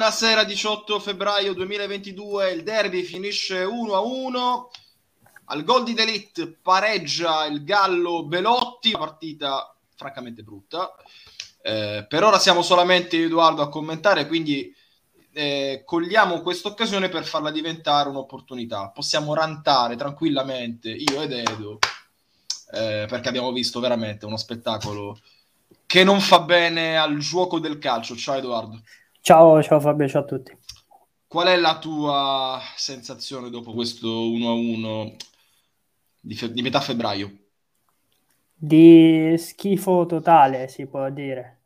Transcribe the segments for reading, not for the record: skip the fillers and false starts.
Buonasera, 18 febbraio 2022, il derby finisce 1-1, al gol di D'Elite pareggia il Gallo Belotti, una partita francamente brutta. Per ora siamo solamente io e Edoardo a commentare, quindi cogliamo questa occasione per farla diventare un'opportunità. Possiamo rantare tranquillamente, io ed Edo, perché abbiamo visto veramente uno spettacolo che non fa bene al gioco del calcio. Ciao Edoardo. Ciao Fabio, ciao a tutti. Qual è la tua sensazione dopo questo 1-1 di metà febbraio? Di schifo totale, si può dire.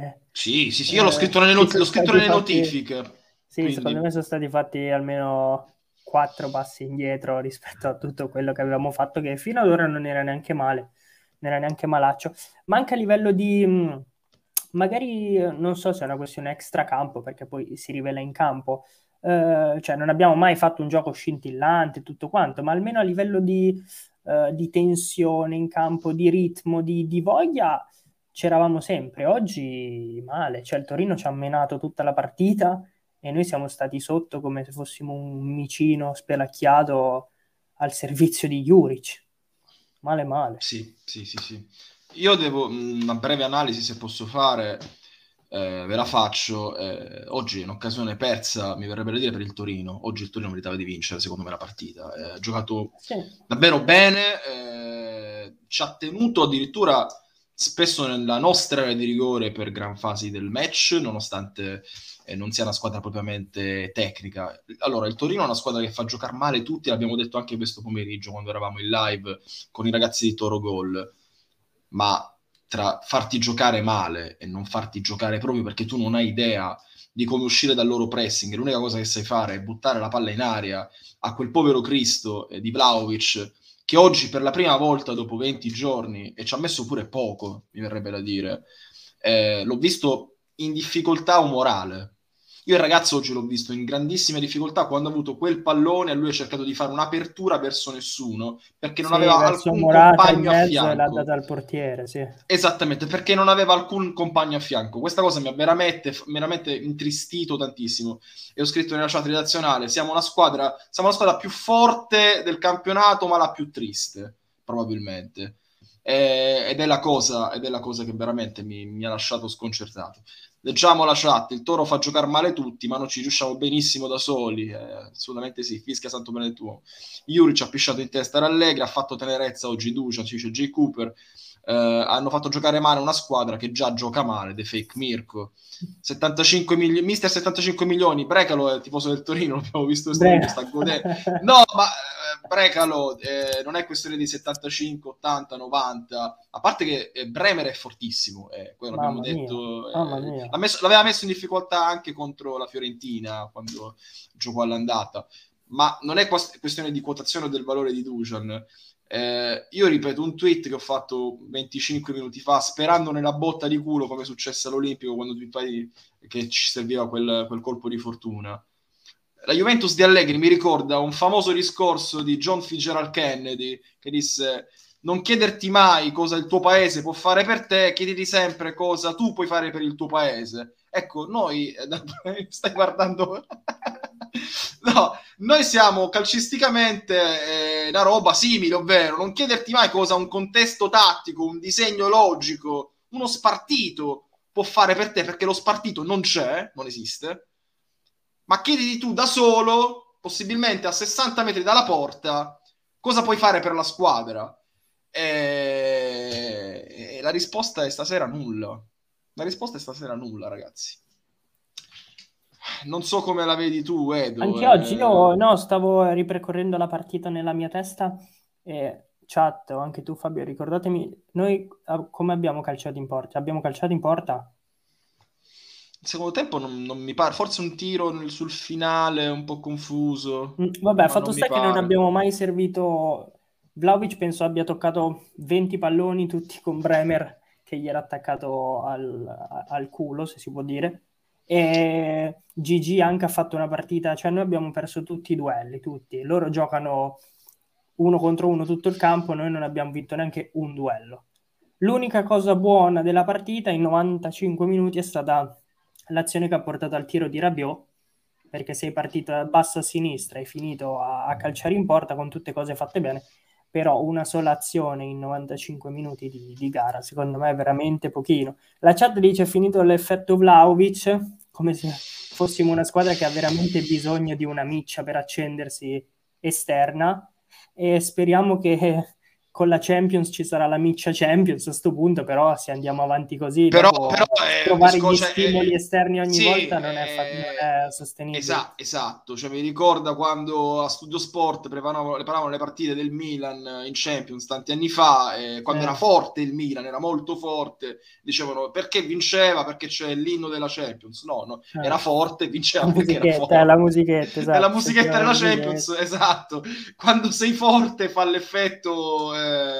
Sì, io l'ho scritto Ci sono l'ho scritto stati nelle fatti, notifiche, sì, secondo me quindi sono stati fatti almeno 4 passi indietro rispetto a tutto quello che avevamo fatto, che fino ad ora non era neanche male, non era neanche malaccio. Ma anche a livello di, magari non so se è una questione extracampo, perché poi si rivela in campo. Cioè non abbiamo mai fatto un gioco scintillante, tutto quanto, ma almeno a livello di tensione in campo, di ritmo, di voglia, c'eravamo sempre. Oggi male, cioè il Torino ci ha menato tutta la partita e noi siamo stati sotto come se fossimo un micino spelacchiato al servizio di Juric. Male male. sì. Io devo una breve analisi, se posso fare, ve la faccio. Oggi è un'occasione persa, mi verrebbe da dire, per il Torino. Oggi il Torino meritava di vincere, secondo me, la partita. Ha giocato Sì, davvero bene, ci ha tenuto addirittura spesso nella nostra area di rigore per gran fasi del match, nonostante non sia una squadra propriamente tecnica. Allora, il Torino è una squadra che fa giocare male tutti, l'abbiamo detto anche questo pomeriggio quando eravamo in live con i ragazzi di Toro Gol, ma tra farti giocare male e non farti giocare proprio perché tu non hai idea di come uscire dal loro pressing, l'unica cosa che sai fare è buttare la palla in aria a quel povero Cristo di Vlahovic, che oggi per la prima volta dopo 20 giorni, e ci ha messo pure poco, mi verrebbe da dire, l'ho visto in difficoltà umorale. Io il ragazzo oggi l'ho visto in grandissime difficoltà quando ha avuto quel pallone e lui ha cercato di fare un'apertura verso nessuno perché non sì, aveva verso alcun Morata in compagno a mezzo e l'ha data fianco. al portiere, sì. Esattamente, perché non aveva alcun compagno a fianco. Questa cosa mi ha veramente intristito tantissimo. E ho scritto nella chat redazionale: siamo la squadra più forte del campionato, ma la più triste, probabilmente. Ed è la cosa che veramente mi ha lasciato sconcertato. Leggiamo la chat: il Toro fa giocare male tutti, ma non ci riusciamo benissimo da soli. Assolutamente sì, fischia santo benedetto. Juric ha pisciato in testa Rallegri, ha fatto tenerezza oggi Duccia, ci dice J. Cooper. Hanno fatto giocare male una squadra che già gioca male, The Fake Mirko. 75 milioni, mister 75 milioni, Brecalo è tifoso del Torino, l'abbiamo visto questo Bre- pomeriggio, sta godendo. No, ma Brecalo non è questione di 75, 80, 90, a parte che Bremer è fortissimo, quello l'abbiamo Mamma mia, detto, mamma mia. l'aveva messo in difficoltà anche contro la Fiorentina quando giocò all'andata, ma non è questione di quotazione del valore di Dusan. Io ripeto un tweet che ho fatto 25 minuti fa sperando nella botta di culo come successe all'Olimpico quando che ci serviva quel colpo di fortuna. La Juventus di Allegri mi ricorda un famoso discorso di John Fitzgerald Kennedy che disse: non chiederti mai cosa il tuo paese può fare per te, chiediti sempre cosa tu puoi fare per il tuo paese. Ecco, noi stai guardando no, noi siamo calcisticamente una roba simile, ovvero non chiederti mai cosa un contesto tattico, un disegno logico, uno spartito può fare per te, perché lo spartito non c'è, non esiste, ma chiediti tu da solo, possibilmente a 60 metri dalla porta, cosa puoi fare per la squadra. E la risposta è stasera nulla. La risposta è stasera nulla, ragazzi. Non so come la vedi tu, Edo. Anche oggi io no, stavo ripercorrendo la partita nella mia testa e chat, o anche tu Fabio, ricordatemi, noi come abbiamo calciato in porta? Abbiamo calciato in porta? Il secondo tempo non mi pare, forse un tiro sul finale un po' confuso, Vabbè, ma fatto non mi sta che non pare. abbiamo mai servito. Vlahovic penso abbia toccato 20 palloni tutti con Bremer che gli era attaccato al culo, se si può dire. E Gigi anche ha fatto una partita, cioè noi abbiamo perso tutti i duelli, tutti. Loro giocano uno contro uno tutto il campo, noi non abbiamo vinto neanche un duello. L'unica cosa buona della partita in 95 minuti è stata l'azione che ha portato al tiro di Rabiot, perché sei partito da basso a sinistra e finito a calciare in porta con tutte cose fatte bene, però una sola azione in 95 minuti di gara, secondo me è veramente pochino. La chat dice: è finito l'effetto Vlahovic, come se fossimo una squadra che ha veramente bisogno di una miccia per accendersi esterna, e speriamo che con la Champions ci sarà la miccia Champions a sto punto, però se andiamo avanti così, Però dopo è un trovare gli discorso, stimoli esterni ogni sì, volta non è sostenibile. esatto, cioè mi ricorda quando a Studio Sport preparavano le partite del Milan in Champions tanti anni fa, quando era forte il Milan, era molto forte, dicevano perché vinceva, perché c'è l'inno della Champions, no, era forte, vinceva perché era forte. La musichetta, esatto. È la musichetta della Champions, esatto, quando sei forte fa l'effetto...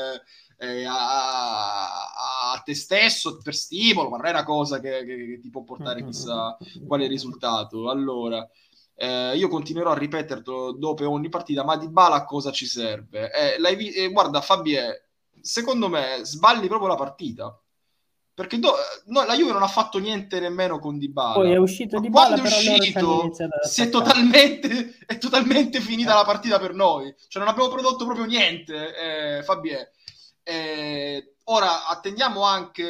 a te stesso per stimolo, ma non è una cosa che ti può portare chissà quale risultato. Allora, io continuerò a ripeterlo dopo ogni partita, ma Dybala a cosa ci serve? Guarda Fabio, secondo me sbagli proprio la partita, perché la Juve non ha fatto niente nemmeno con Dybala. Poi è uscito ma Dybala, quando è però loro ci hanno uscito iniziato ad è attaccare. totalmente finita la partita per noi, cioè non abbiamo prodotto proprio niente, Fabio. Ora attendiamo anche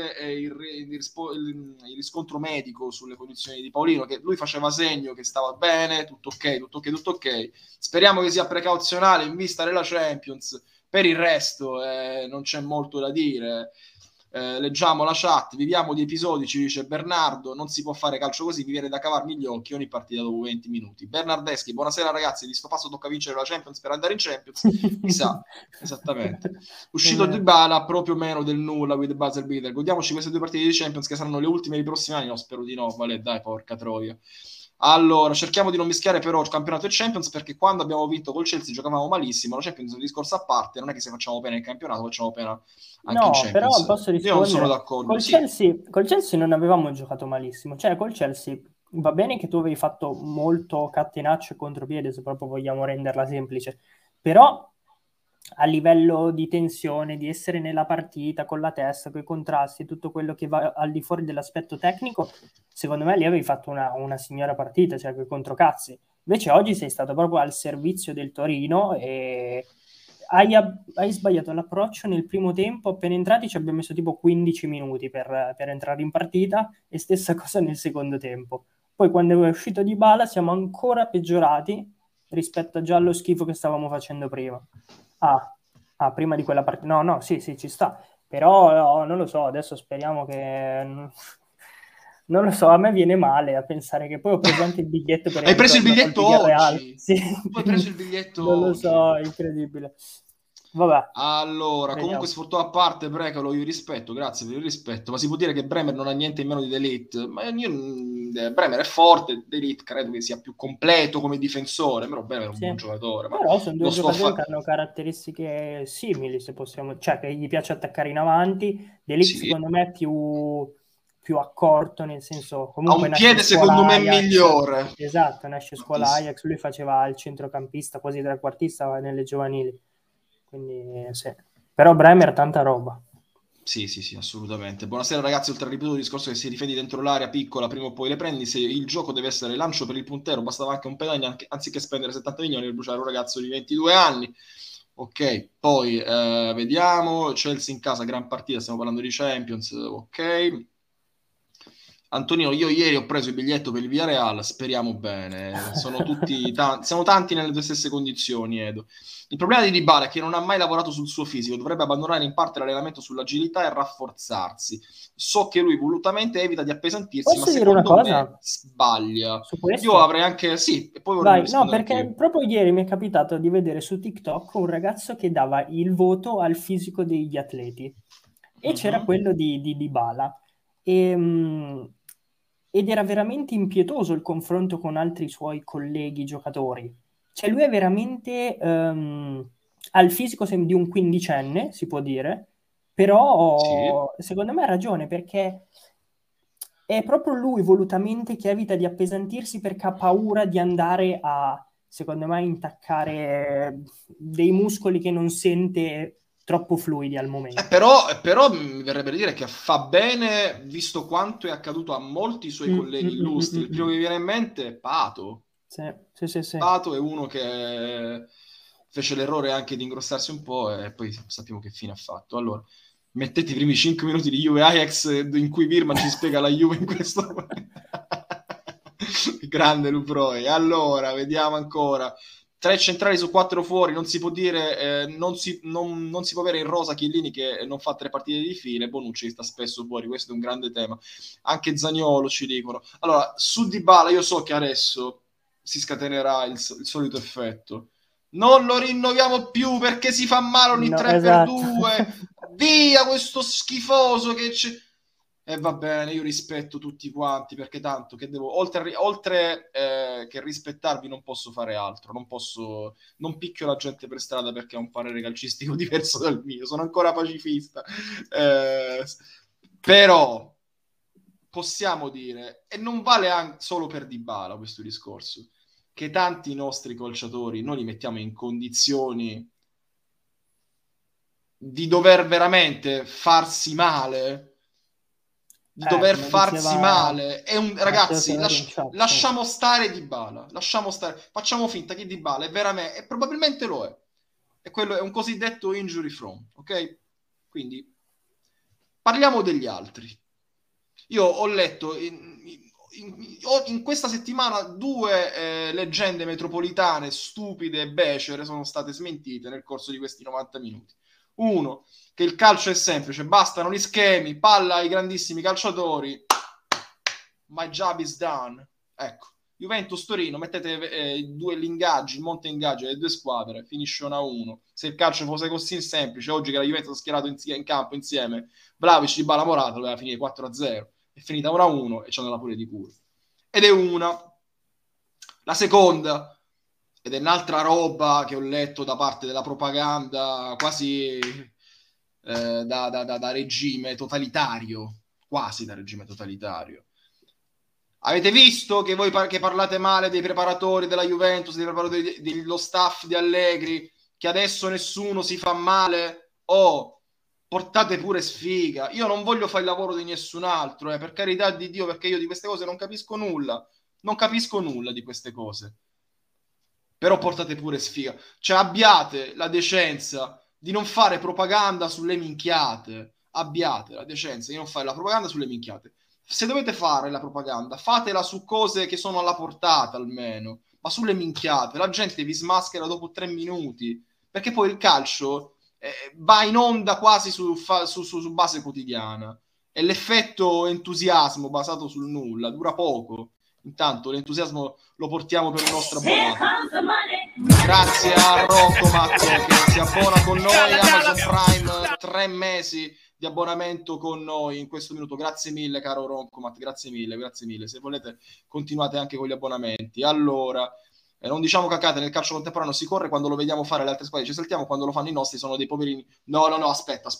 il riscontro medico sulle condizioni di Paolino, che lui faceva segno che stava bene, tutto ok. Speriamo che sia precauzionale in vista della Champions. Per il resto non c'è molto da dire. Leggiamo la chat, viviamo di episodi, ci dice Bernardo, non si può fare calcio così, mi viene da cavarmi gli occhi ogni partita dopo 20 minuti. Bernardeschi, buonasera ragazzi, di sto passo tocca vincere la Champions per andare in Champions, chissà, esattamente. Uscito Dybala proprio meno del nulla with buzzer beater, godiamoci queste 2 partite di Champions che saranno le ultime dei prossimi anni, no, spero di no, vale, dai, porca troia. Allora, cerchiamo di non mischiare però il campionato e Champions, perché quando abbiamo vinto col Chelsea giocavamo malissimo, la Champions è un discorso a parte, non è che se facciamo bene il campionato facciamo pena anche in No, però Champions. posso Io non sono rispondere. d'accordo, sì. Col Chelsea non avevamo giocato malissimo, cioè col Chelsea va bene che tu avevi fatto molto catenaccio e contropiede, se proprio vogliamo renderla semplice, però a livello di tensione, di essere nella partita con la testa, con i contrasti, tutto quello che va al di fuori dell'aspetto tecnico, secondo me lì avevi fatto una signora partita, cioè con i controcazzi. Invece oggi sei stato proprio al servizio del Torino e hai sbagliato l'approccio nel primo tempo. Appena entrati ci abbiamo messo tipo 15 minuti per entrare in partita, e stessa cosa nel secondo tempo. Poi quando è uscito Dybala siamo ancora peggiorati rispetto già allo schifo che stavamo facendo prima. Prima di quella partita. No, sì, ci sta. Però non lo so, adesso speriamo che... Non lo so, a me viene male a pensare che poi ho preso anche il biglietto per il Hai preso il ritorno biglietto col Villarreal. oggi? Sì, Poi hai preso il biglietto non lo oggi? so, è incredibile. Vabbè. Allora, Vediamo. comunque sfortuna a parte, Brecalo, io rispetto, grazie per il rispetto, ma si può dire che Bremer non ha niente in meno di De Ligt? Bremer è forte, De Ligt credo che sia più completo come difensore, però Bremer è un buon giocatore. Ma però sono due giocatori che hanno caratteristiche simili, se possiamo, cioè che gli piace attaccare in avanti. De Ligt secondo me è più accorto, nel senso comunque ha un piede secondo me migliore. Esatto, nasce scuola Ajax, lui faceva il centrocampista, quasi trequartista nelle giovanili. Quindi sì. Però Bremer tanta roba. Sì, assolutamente. Buonasera ragazzi, oltre al ripetuto discorso che se difendi dentro l'area piccola, prima o poi le prendi, se il gioco deve essere lancio per il puntero, bastava anche un pedagno, anziché spendere 70 milioni per bruciare un ragazzo di 22 anni. Ok, poi vediamo, Chelsea in casa, gran partita, stiamo parlando di Champions, ok. Antonino, io ieri ho preso il biglietto per il Villarreal, speriamo bene. Sono tutti siamo tanti nelle tue stesse condizioni, Edo. Il problema di Dybala è che non ha mai lavorato sul suo fisico, dovrebbe abbandonare in parte l'allenamento sull'agilità e rafforzarsi. So che lui volutamente evita di appesantirsi, Posso ma dire una secondo cosa? me sbaglia. Su questo? Io avrei anche... Sì, e poi vorrei Vai, no, rispondere perché anche io. proprio ieri mi è capitato di vedere su TikTok un ragazzo che dava il voto al fisico degli atleti e c'era quello di Dybala ed era veramente impietoso il confronto con altri suoi colleghi giocatori. Cioè lui è veramente ha il fisico di un quindicenne, si può dire, però secondo me ha ragione, perché è proprio lui volutamente che evita di appesantirsi perché ha paura di andare a, secondo me, intaccare dei muscoli che non sente troppo fluidi al momento. Però mi verrebbe da dire che fa bene, visto quanto è accaduto a molti suoi colleghi illustri. Il primo che viene in mente è Pato. Sì. E uno che fece l'errore anche di ingrossarsi un po' e poi sappiamo che fine ha fatto. Allora, mettete i primi 5 minuti di Juve Ajax in cui Birman ci spiega la Juve in questo grande Luproi. Allora, vediamo ancora. 3 centrali su 4 fuori, non si può dire, non si può avere in rosa Chiellini che non fa 3 partite di fila e Bonucci sta spesso fuori, questo è un grande tema. Anche Zaniolo ci dicono. Allora, su Dybala io so che adesso si scatenerà il solito effetto. Non lo rinnoviamo più perché si fa male ogni No, 3x2. esatto. Via questo schifoso che c'è. E va bene, io rispetto tutti quanti perché tanto che devo, oltre che rispettarvi non posso fare altro, non picchio la gente per strada perché ha un parere calcistico diverso dal mio, sono ancora pacifista. Però possiamo dire, e non vale anche solo per Dybala questo discorso, che tanti nostri calciatori noi li mettiamo in condizioni di dover veramente farsi male, di dover Come farsi diceva male. Matteo Ragazzi, Torri in chat, sì. lasciamo stare Dybala, lasciamo stare, facciamo finta che Dybala è veramente, e probabilmente lo è. E quello è un cosiddetto injury from, ok? Quindi parliamo degli altri. Io ho letto in questa settimana 2 leggende metropolitane stupide e becere sono state smentite nel corso di questi 90 minuti. Uno, che il calcio è semplice, bastano gli schemi, palla ai grandissimi calciatori, my job is done. Ecco, Juventus-Torino, mettete 2 ingaggi, il monte ingaggi delle 2 squadre, finisce 1-1. Se il calcio fosse così semplice, oggi che la Juventus ha schierato in campo insieme, Vlahovic, Dybala, Morata, doveva finire 4-0. È finita 1-1 e c'è andata pure di culo. Ed è una. La seconda, ed è un'altra roba che ho letto da parte della propaganda quasi da regime totalitario, quasi da regime totalitario. Avete visto che voi che parlate male dei preparatori della Juventus, dei preparatori dello staff di Allegri, che adesso nessuno si fa male? Oh, portate pure sfiga. Io non voglio fare il lavoro di nessun altro, per carità di Dio, perché io di queste cose non capisco nulla. Non capisco nulla di queste cose. Però portate pure sfiga. Cioè abbiate la decenza di non fare propaganda sulle minchiate. Abbiate la decenza di non fare la propaganda sulle minchiate. Se dovete fare la propaganda, fatela su cose che sono alla portata almeno, ma sulle minchiate. La gente vi smaschera dopo 3 minuti, perché poi il calcio va in onda quasi su base quotidiana e l'effetto entusiasmo basato sul nulla dura poco. Intanto l'entusiasmo lo portiamo per il nostro abbonato. Grazie a Rocco Matto che si abbona con noi, Amazon Prime, 3 mesi di abbonamento con noi in questo minuto. Grazie mille, caro Roncomat, grazie mille. Se volete, continuate anche con gli abbonamenti. Allora, non diciamo cacate, nel calcio contemporaneo si corre quando lo vediamo fare le altre squadre, ci saltiamo quando lo fanno i nostri, sono dei poverini. No, aspetta.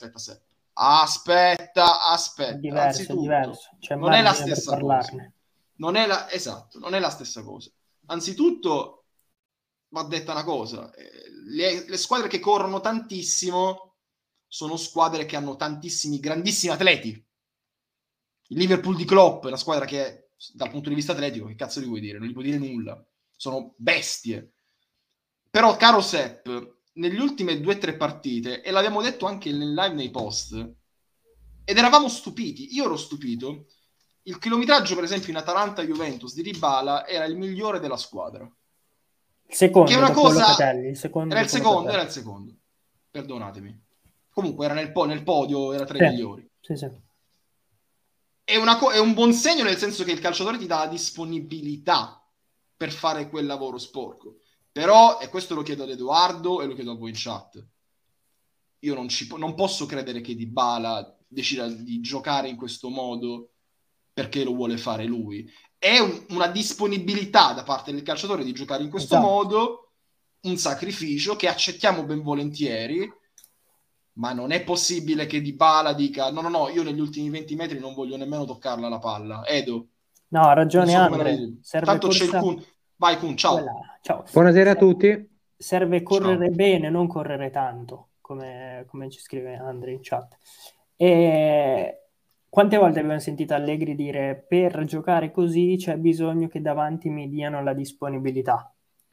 È diverso, è Anzitutto, diverso. C'è non è la margine per stessa cosa. parlarne. Non è la stessa cosa. Anzitutto, va detta una cosa, le squadre che corrono tantissimo sono squadre che hanno tantissimi grandissimi atleti. Il Liverpool di Klopp è una squadra che dal punto di vista atletico, che cazzo gli vuoi dire? Non gli puoi dire nulla, sono bestie. Però caro Sepp, negli ultime 2 o 3 partite, e l'abbiamo detto anche nel live nei post, ed eravamo stupiti, io ero stupito, il chilometraggio per esempio in Atalanta-Juventus di Dybala era il migliore della squadra. Il secondo, che è una cosa Locatelli, era il secondo, perdonatemi, comunque era nel podio, era tra i migliori. Sì. È un buon segno, nel senso che il calciatore ti dà la disponibilità per fare quel lavoro sporco. Però, e questo lo chiedo ad Edoardo e lo chiedo a voi in chat, io non posso credere che Dybala decida di giocare in questo modo perché lo vuole fare lui. È una disponibilità da parte del calciatore di giocare in questo modo, un sacrificio che accettiamo ben volentieri, ma non è possibile che Dybala dica no, io negli ultimi 20 metri non voglio nemmeno toccarla la palla. Edo. No, ha ragione Andre. Tanto c'è il Kun. Vai Kun, ciao. Ciao. Buonasera a tutti. Serve correre bene, non correre tanto, come ci scrive Andre in chat. Quante volte abbiamo sentito Allegri dire per giocare così c'è bisogno che davanti mi diano la disponibilità?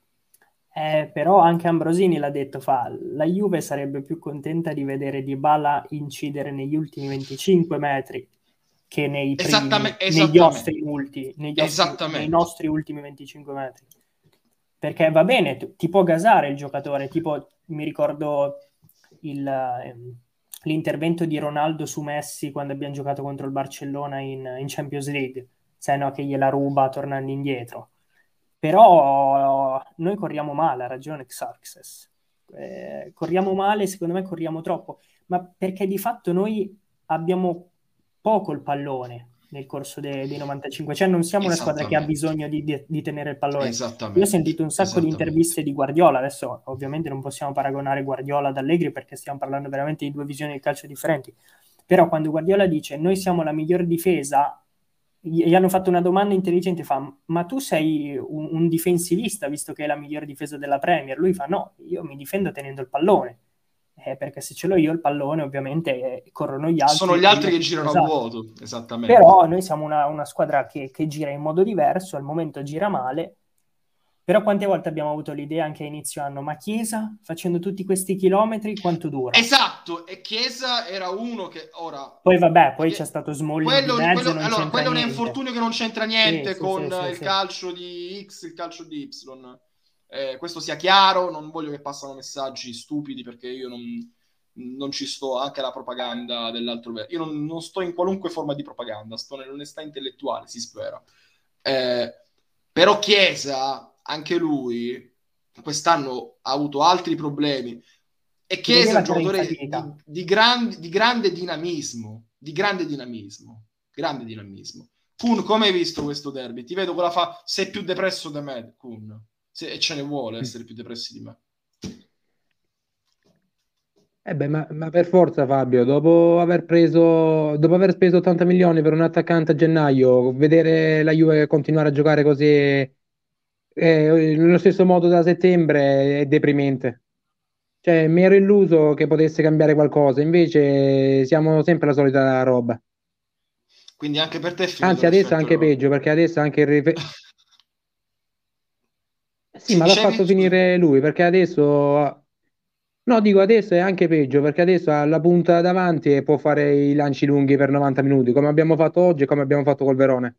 Però anche Ambrosini l'ha detto, la Juve sarebbe più contenta di vedere Dybala incidere negli ultimi 25 metri che nei primi, Esattamente, nei esattamente. nostri ultimi 25 metri. Perché va bene, ti può gasare il giocatore, tipo mi ricordo l'intervento di Ronaldo su Messi quando abbiamo giocato contro il Barcellona in Champions League, sai no, che gliela ruba tornando indietro. Però noi corriamo male, ha ragione Xarxes. Corriamo male, secondo me corriamo troppo, ma perché di fatto noi abbiamo poco il pallone nel corso dei 95, cioè non siamo una squadra che ha Esattamente, bisogno di tenere il pallone. Io ho esattamente, sentito un sacco di esattamente. interviste di Guardiola, adesso ovviamente non possiamo paragonare Guardiola ad Allegri perché stiamo parlando veramente di due visioni del calcio differenti, però quando Guardiola dice noi siamo la miglior difesa, gli hanno fatto una domanda intelligente, fa ma tu sei un difensivista visto che è la miglior difesa della Premier? Lui fa no, io mi difendo tenendo il pallone, perché se ce l'ho io il pallone ovviamente corrono gli Sono altri gli e altri io... che girano a Esatto. vuoto, esattamente. Però noi siamo una squadra che gira in modo diverso, al momento gira male, però quante volte abbiamo avuto l'idea anche a inizio anno, ma Chiesa facendo tutti questi chilometri quanto dura? Esatto, e Chiesa era uno che ora... Poi vabbè, poi c'è Chie- stato Smalling di mezzo e non allora, c'entra quello è un niente. infortunio che non c'entra Sì, niente sì, sì, con sì, il sì. calcio di X, il calcio di Y. Questo sia chiaro, non voglio che passano messaggi stupidi perché io non ci sto anche alla propaganda dell'altro verso. Io non sto in qualunque forma di propaganda, sto nell'onestà intellettuale, si spera. Eh, però Chiesa, anche lui, quest'anno ha avuto altri problemi. E Si Chiesa è vedeva un che era in giocatore fatica. di grande dinamismo, di grande dinamismo, grande dinamismo. Kun, come hai visto questo derby? Ti vedo con la fa... Sei più depresso di me, Kun. E ce ne vuole essere più depressi di me. Beh, ma per forza Fabio, dopo aver speso 80 milioni per un attaccante a gennaio, vedere la Juve continuare a giocare così nello stesso modo da settembre è deprimente. Cioè, mi ero illuso che potesse cambiare qualcosa, invece siamo sempre la solita roba. Quindi anche per te è finito Anzi, adesso è l'effetto anche Europa. peggio, perché adesso anche sì, Sì, ma l'ha dicevi? fatto Scusa. finire lui, perché adesso... No, dico adesso è anche peggio, perché adesso ha la punta davanti e può fare i lanci lunghi per 90 minuti, come abbiamo fatto oggi e come abbiamo fatto col Verone.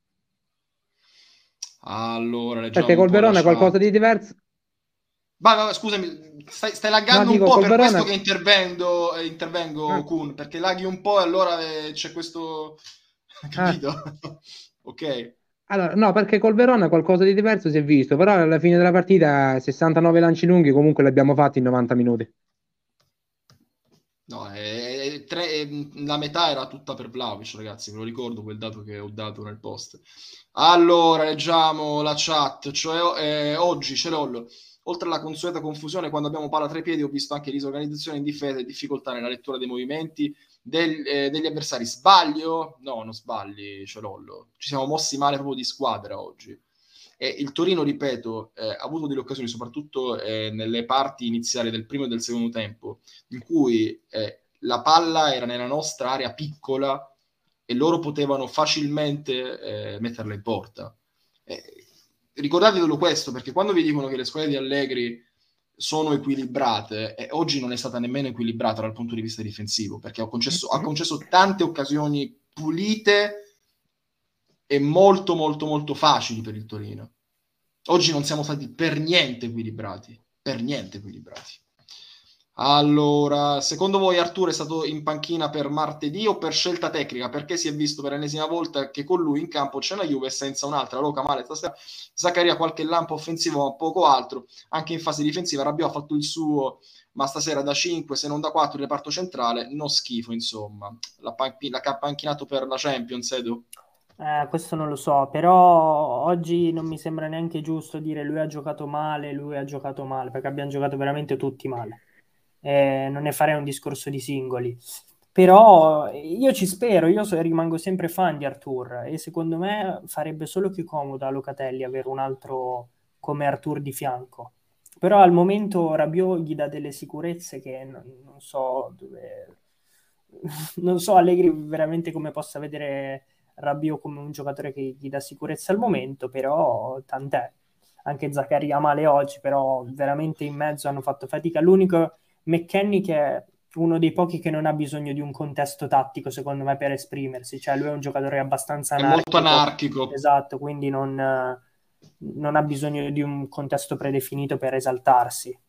Allora, leggiamo Perché un col po' la Verone è qualcosa chat. di diverso. Vai, scusami, stai No, laggando un dico po', col per questo che Verone... intervengo, Ah, Kun, perché laghi un po' e allora c'è questo... ah. Capito? Ok. Allora, no, perché col Verona qualcosa di diverso si è visto, però alla fine della partita 69 lanci lunghi comunque li abbiamo fatti in 90 minuti. No, la metà era tutta per Vlahovic, ragazzi, ve lo ricordo quel dato che ho dato nel post. Allora, leggiamo la chat, cioè oggi Celollo, oltre alla consueta confusione quando abbiamo palla tra i piedi, ho visto anche disorganizzazione in difesa e difficoltà nella lettura dei movimenti degli avversari. Sbaglio? No, non sbagli, Celollo. Ci siamo mossi male proprio di squadra oggi. E il Torino, ripeto, ha avuto delle occasioni, soprattutto nelle parti iniziali del primo e del secondo tempo, in cui la palla era nella nostra area piccola e loro potevano facilmente metterla in porta. Ricordatevelo questo, perché quando vi dicono che le squadre di Allegri sono equilibrate, e oggi non è stata nemmeno equilibrata dal punto di vista difensivo, perché ha concesso tante occasioni pulite e molto molto molto facili per il Torino. Oggi non siamo stati per niente equilibrati, per niente equilibrati. Allora, secondo voi Arturo è stato in panchina per martedì o per scelta tecnica? Perché si è visto per l'ennesima volta che con lui in campo c'è una Juve senza un'altra. Loca male stasera. Zaccaria qualche lampo offensivo ma poco altro. Anche in fase difensiva Rabiot ha fatto il suo, ma stasera da 5 se non da 4 il reparto centrale, no schifo insomma. L'ha panchinato per la Champions, Edu? Questo non lo so, però oggi non mi sembra neanche giusto dire lui ha giocato male, perché abbiamo giocato veramente tutti male. Non ne farei un discorso di singoli. Però io ci spero, rimango sempre fan di Artur e secondo me farebbe solo più comodo a Locatelli avere un altro come Artur di fianco. Però al momento Rabiot gli dà delle sicurezze che non so dove, non so Allegri veramente come possa vedere Rabiot come un giocatore che gli dà sicurezza al momento, però tant'è. Anche Zaccaria male oggi, però veramente in mezzo hanno fatto fatica. L'unico McKennie che è uno dei pochi che non ha bisogno di un contesto tattico, secondo me, per esprimersi. Cioè, lui è un giocatore abbastanza È molto anarchico. anarchico. Esatto, quindi non ha bisogno di un contesto predefinito per esaltarsi.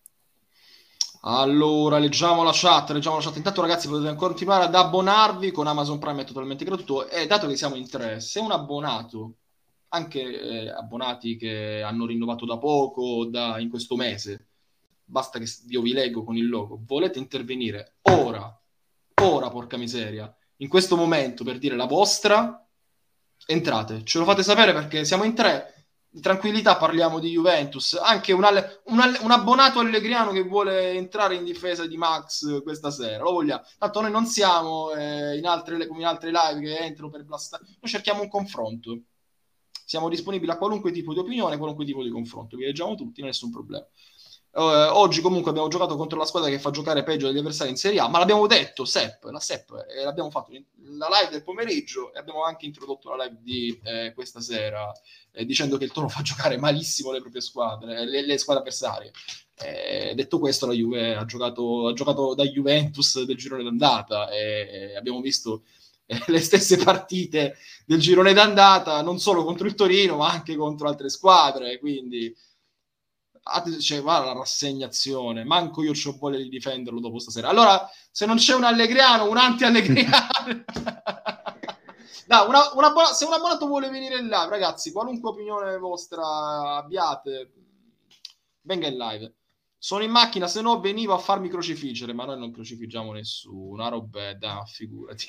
Allora, leggiamo la chat. Intanto, ragazzi, potete continuare ad abbonarvi con Amazon Prime, è totalmente gratuito. E dato che siamo in tre, se un abbonato, anche abbonati che hanno rinnovato da poco o in questo mese, basta che io vi leggo con il logo, volete intervenire ora, porca miseria, in questo momento per dire la vostra, entrate, ce lo fate sapere perché siamo in tre. In tranquillità parliamo di Juventus. Anche un abbonato allegriano che vuole entrare in difesa di Max questa sera, lo vogliamo. Tanto noi non siamo come in altre live che entrano per blastare. Noi cerchiamo un confronto. Siamo disponibili a qualunque tipo di opinione, qualunque tipo di confronto. Vi leggiamo tutti, nessun problema. Oggi comunque abbiamo giocato contro la squadra che fa giocare peggio degli avversari in Serie A, ma l'abbiamo detto, la SEP, l'abbiamo fatto la live del pomeriggio e abbiamo anche introdotto la live di questa sera, dicendo che il Toro fa giocare malissimo le proprie squadre, le squadre avversarie. Detto questo, la Juve ha giocato da Juventus del girone d'andata e abbiamo visto le stesse partite del girone d'andata, non solo contro il Torino, ma anche contro altre squadre, quindi cioè, va la rassegnazione, manco io c'ho voglia di difenderlo dopo stasera. Allora, se non c'è un allegriano, un anti-allegriano no, se un abbonato vuole venire in live, ragazzi, qualunque opinione vostra abbiate, venga in live. Sono in macchina, se no venivo a farmi crocifiggere, ma noi non crocifiggiamo nessuno, roba da figurati.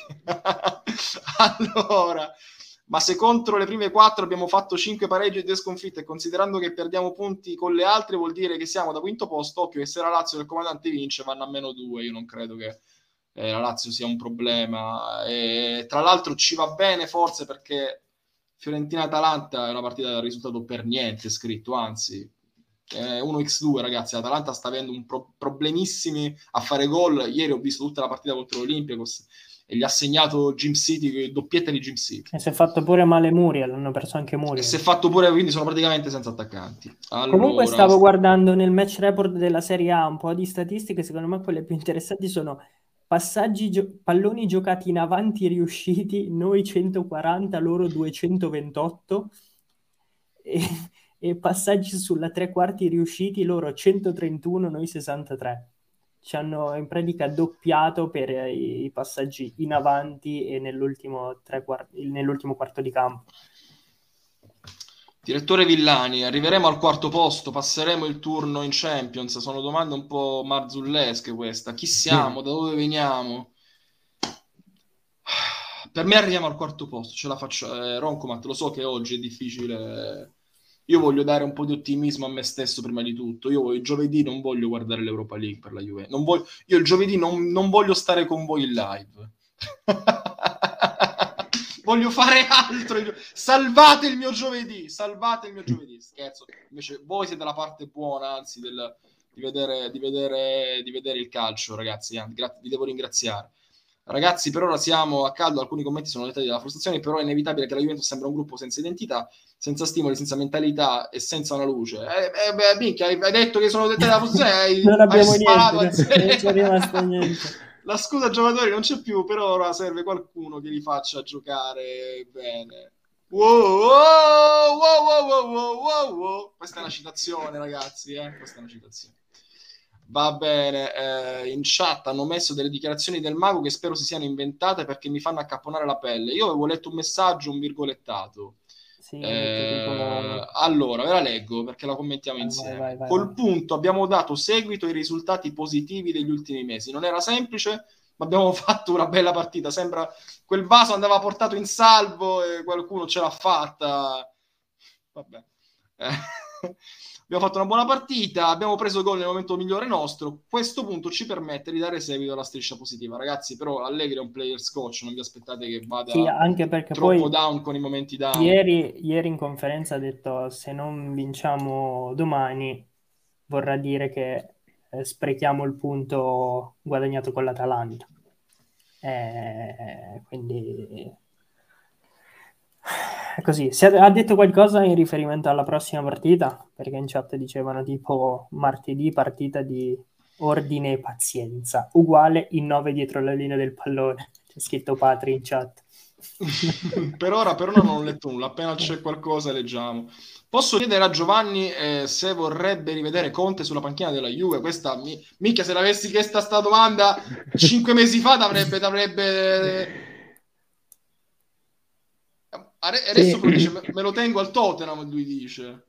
Allora, ma se contro le prime 4 abbiamo fatto 5 pareggi e 2 sconfitte, considerando che perdiamo punti con le altre, vuol dire che siamo da quinto posto. Occhio che se la Lazio del comandante vince vanno a -2. Io non credo che la Lazio sia un problema. E, tra l'altro ci va bene forse perché Fiorentina-Atalanta è una partita da risultato per niente scritto, anzi 1x2, ragazzi. L'Atalanta sta avendo problemissimi a fare gol. Ieri ho visto tutta la partita contro l'Olympiacos e gli ha segnato Jim City, doppietta di Jim City. E si è fatto pure male Muriel, hanno perso anche Muriel. E si è fatto pure, quindi sono praticamente senza attaccanti. Allora, comunque stavo guardando nel match report della Serie A un po' di statistiche, secondo me quelle più interessanti sono palloni giocati in avanti riusciti, noi 140, loro 228, e passaggi sulla tre quarti riusciti, loro 131, noi 63. Ci hanno in pratica doppiato per i passaggi in avanti e nell'ultimo quarto di campo. Direttore Villani, arriveremo al quarto posto, passeremo il turno in Champions? Sono domande un po' marzullesche questa. Chi siamo? Da dove veniamo? Per me arriviamo al quarto posto, ce la faccio. Roncomat, lo so che oggi è difficile. Io voglio dare un po' di ottimismo a me stesso prima di tutto. Io il giovedì non voglio guardare l'Europa League per la Juve. Io il giovedì non voglio stare con voi in live. Voglio fare altro. Salvate il mio giovedì. Scherzo. Invece voi siete la parte buona, anzi, di vedere il calcio, ragazzi. Vi devo ringraziare. Ragazzi, per ora siamo a caldo, alcuni commenti sono dettati dalla frustrazione, però è inevitabile che la Juventus sembra un gruppo senza identità, senza stimoli, senza mentalità e senza una luce. Minchia, hai detto che sono dettati dalla frustrazione, non abbiamo niente, non c'è rimasto niente. La scusa giocatori non c'è più, però ora serve qualcuno che li faccia giocare bene. Wow. Questa è una citazione, ragazzi, questa è una citazione. Va bene, in chat hanno messo delle dichiarazioni del mago che spero si siano inventate perché mi fanno accapponare la pelle. Io avevo letto un messaggio, un virgolettato. Sì, allora, ve la leggo perché la commentiamo insieme. Col punto abbiamo dato seguito ai risultati positivi degli ultimi mesi. Non era semplice, ma abbiamo fatto una bella partita. Sembra quel vaso andava portato in salvo e qualcuno ce l'ha fatta. Vabbè. Abbiamo fatto una buona partita, abbiamo preso gol nel momento migliore nostro. Questo punto ci permette di dare seguito alla striscia positiva. Ragazzi, però Allegri è un player's coach, non vi aspettate che vada anche perché troppo poi down con i momenti down. Ieri in conferenza ha detto se non vinciamo domani vorrà dire che sprechiamo il punto guadagnato con l'Atalanta. Quindi è così. Ha detto qualcosa in riferimento alla prossima partita? Perché in chat dicevano tipo martedì partita di ordine e pazienza, uguale in 9 dietro la linea del pallone. C'è scritto Patri in chat. Per ora non ho letto nulla, appena c'è qualcosa leggiamo. Posso chiedere a Giovanni se vorrebbe rivedere Conte sulla panchina della Juve? Questa, minchia, se l'avessi chiesta sta domanda 5 mesi fa t'avrebbe. Adesso Sì. però dice, me lo tengo al Tottenham, lui dice.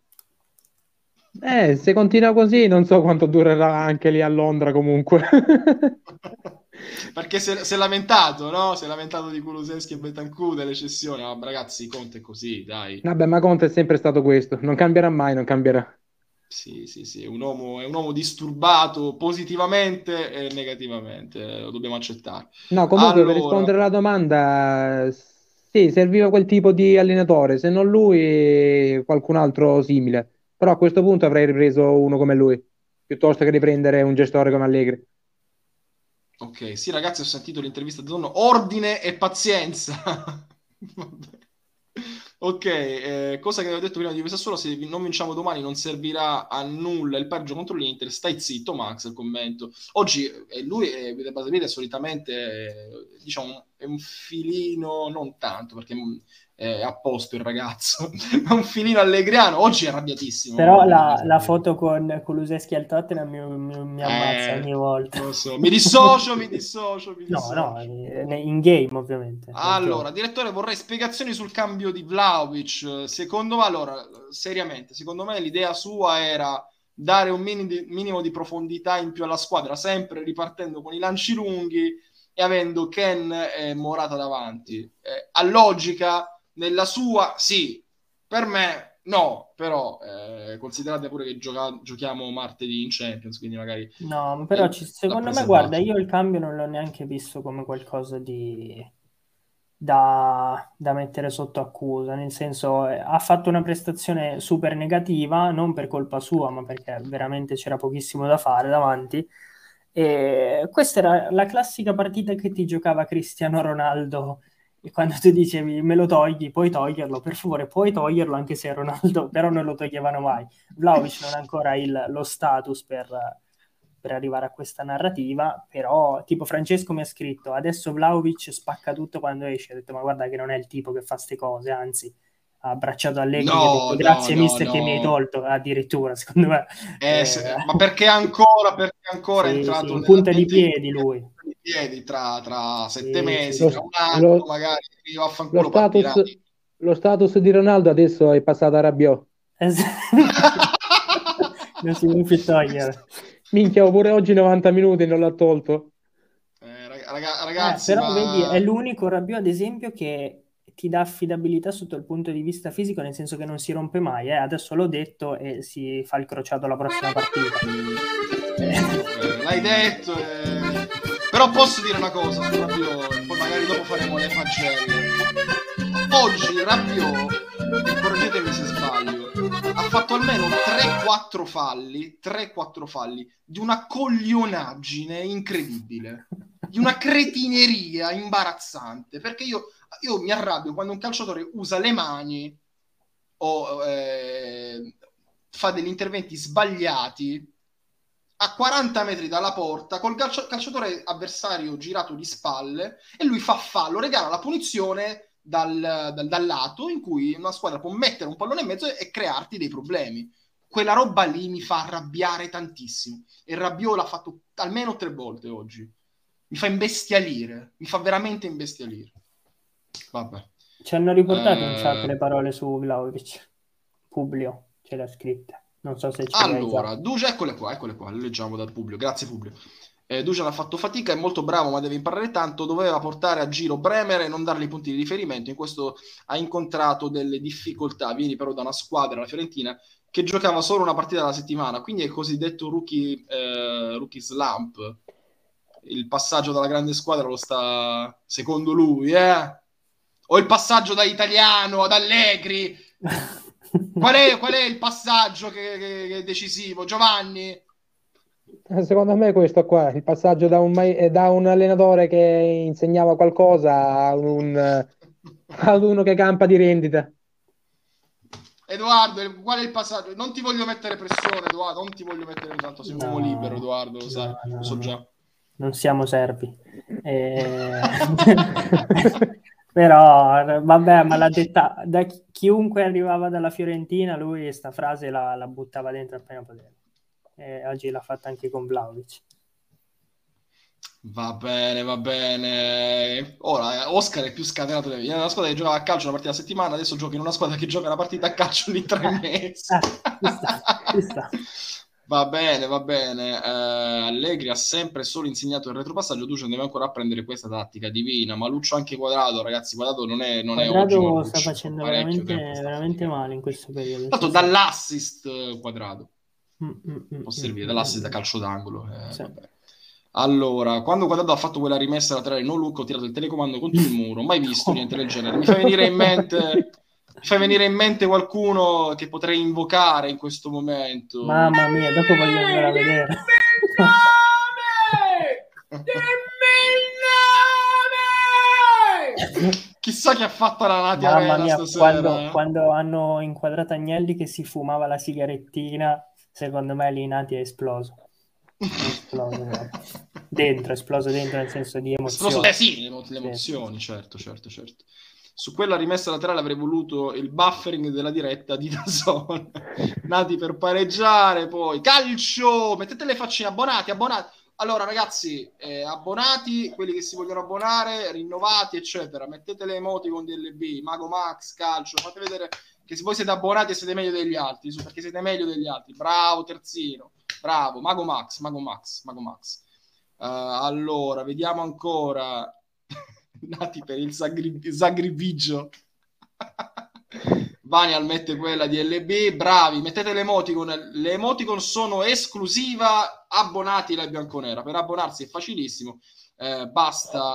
Se continua così, non so quanto durerà anche lì a Londra comunque. Perché si è lamentato, no? Si è lamentato di Kulusevski e Bentancur delle cessioni. Ma ragazzi, Conte è così, dai. Vabbè, ma Conte è sempre stato questo, non cambierà mai, non cambierà. Sì, è un uomo disturbato positivamente e negativamente, lo dobbiamo accettare. No, comunque per Allora, rispondere alla domanda, sì, serviva quel tipo di allenatore, se non lui, qualcun altro simile. Però a questo punto avrei ripreso uno come lui, piuttosto che riprendere un gestore come Allegri. ok, sì ragazzi, ho sentito l'intervista di Donno, ordine e pazienza. Vabbè. Ok, cosa che avevo detto prima di Sassuolo, se non vinciamo domani non servirà a nulla il pareggio contro l'Inter, stai zitto Max, il commento. Oggi lui De Basile solitamente diciamo è un filino, non tanto perché è a posto il ragazzo, ma un filino allegriano, oggi è arrabbiatissimo. Però la foto con Kulusevski al Tottenham mi ammazza ogni volta. Lo so. Mi dissocio. No, in game ovviamente. Allora, direttore, vorrei spiegazioni sul cambio di Vlahovic. Secondo me, seriamente, secondo me l'idea sua era dare un minimo di profondità in più alla squadra, sempre ripartendo con i lanci lunghi e avendo Ken e Morata davanti. A logica, nella sua, sì, per me no, però considerate pure che giochiamo martedì in Champions, quindi magari No, però l'ha secondo me, guarda, preservato. io il cambio non l'ho neanche visto come qualcosa da mettere sotto accusa, nel senso ha fatto una prestazione super negativa, non per colpa sua, ma perché veramente c'era pochissimo da fare davanti. E questa era la classica partita che ti giocava Cristiano Ronaldo e quando tu dicevi me lo togli, puoi toglierlo, per favore, puoi toglierlo anche se è Ronaldo, però non lo toglievano mai. Vlahovic non ha ancora lo status per arrivare a questa narrativa, però tipo Francesco mi ha scritto adesso Vlahovic spacca tutto quando esce, ha detto ma guarda che non è il tipo che fa ste cose, anzi ha abbracciato Allegri, gli ha detto grazie mister che mi hai No. tolto, addirittura secondo me. Ma perché ancora è Sì, entrato in nella punta di mente piedi lui. di piedi tra 7 mesi, Sì. Lo, tra un anno, lo- magari io lo vaffanculo partirà. status, lo status di Ronaldo adesso è passato a Rabiot. Non si può più togliere. Minchia, pure oggi 90 minuti non l'ha tolto. Ragazzi, Però vedi, è ma l'unico Rabiot, ad esempio, che ti dà affidabilità sotto il punto di vista fisico, nel senso che non si rompe mai. Adesso l'ho detto e si fa il crociato la prossima partita. l'hai detto, però posso dire una cosa su Rabiot, poi magari dopo faremo le pagelle. Oggi Rabiot, e correggetemi se sbaglio, ha fatto almeno 3-4 falli di una coglionaggine incredibile, di una cretineria imbarazzante, perché io mi arrabbio quando un calciatore usa le mani o fa degli interventi sbagliati a 40 metri dalla porta col calciatore avversario girato di spalle e lui fa fallo, regala la punizione dal lato in cui una squadra può mettere un pallone in mezzo e crearti dei problemi. Quella roba lì mi fa arrabbiare tantissimo e Rabiot l'ha fatto almeno 3 volte oggi. Mi fa imbestialire, mi fa veramente imbestialire. Vabbè. Ci hanno riportato in chat le parole su Vlahovic. Publio ce le ha scritte. Non so se ce le hai già. Allora, Duja, eccole qua, le leggiamo dal Publio. Grazie Publio. Dujan ha fatto fatica, è molto bravo ma deve imparare tanto, doveva portare a giro Bremer e non dargli punti di riferimento, in questo ha incontrato delle difficoltà, vieni però da una squadra, la Fiorentina, che giocava solo una partita alla settimana, quindi è il cosiddetto rookie slump, il passaggio dalla grande squadra lo sta secondo lui, o il passaggio da italiano ad Allegri, qual è il passaggio che è decisivo, Giovanni? Secondo me questo qua, il passaggio da un allenatore che insegnava qualcosa ad uno che campa di rendita. Edoardo, qual è il passaggio? Non ti voglio mettere pressione, Edoardo, non ti voglio mettere tanto, sei un uomo libero, No, Edoardo, lo sai, lo so no. già. Non siamo servi. Eh, Però, vabbè, ma l'ha detta da chiunque arrivava dalla Fiorentina, lui sta frase la buttava dentro appena poteva. E oggi l'ha fatta anche con Vlahovic. Va bene, va bene. Ora, Oscar è più scatenato. Viene da una squadra che giocava a calcio una partita a settimana, adesso gioca in una squadra che gioca una partita a calcio ogni 3 mesi. Ci sta, ci sta. Va bene, va bene. Allegri ha sempre solo insegnato il retropassaggio. Dusan deve ancora apprendere questa tattica divina. Maluccio anche Quadrado, ragazzi. Quadrado non è oggi Quadrado sta Maluccio. facendo Parecchio veramente, tempo sta veramente faticando. male in questo periodo. Tanto Sì, sì. dall'assist Quadrado. Può servire, dall'assist da Mm. calcio d'angolo. Sì. Vabbè. Allora, quando Quadrado ha fatto quella rimessa laterale no look, ho tirato il telecomando contro il muro. Mai visto niente del genere. Mi fa venire in mente qualcuno che potrei invocare in questo momento. Mamma mia, dopo voglio andare a vedere. Chissà chi ha fatto la Nati Mamma Arena mia, stasera. quando hanno inquadrato Agnelli che si fumava la sigarettina, secondo me lì Nati è esploso. È esploso proprio. È esploso dentro nel senso di Esploso, emozione. sì, le emozioni, certo. Su quella rimessa laterale avrei voluto il buffering della diretta di DAZN. Nati per pareggiare, poi calcio, mettete le faccine, abbonati. Allora ragazzi, abbonati, quelli che si vogliono abbonare, rinnovati, eccetera, mettete le emoticon DLB, Mago Max, calcio, fate vedere che se voi siete abbonati e siete meglio degli altri, perché siete meglio degli altri. Bravo terzino, bravo, Mago Max. Allora, vediamo ancora. Nati per il sacrificio. Vanial mette quella di LB. Bravi, mettete le emoticon. Le emoticon sono esclusiva abbonati alla Bianconera. Per abbonarsi è facilissimo. Basta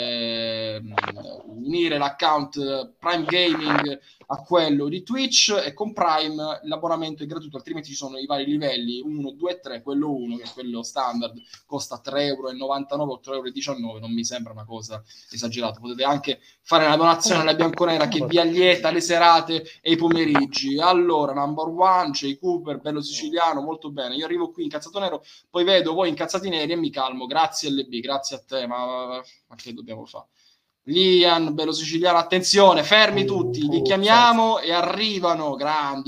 unire l'account Prime Gaming a quello di Twitch e con Prime l'abbonamento è gratuito, altrimenti ci sono i vari livelli 1, 2, 3, quello 1 che è quello standard costa 3,99 o 3,19 €, non mi sembra una cosa esagerata. Potete anche fare una donazione alla Bianconera che vi allieta le serate e i pomeriggi. Allora, number one, Jay Cooper, bello siciliano, molto bene. Io arrivo qui incazzato nero, poi vedo voi incazzati neri e mi calmo. Grazie LB, grazie a te, ma che dobbiamo fare? Lian, bello siciliano, attenzione, fermi tutti, li chiamiamo e arrivano, grandi.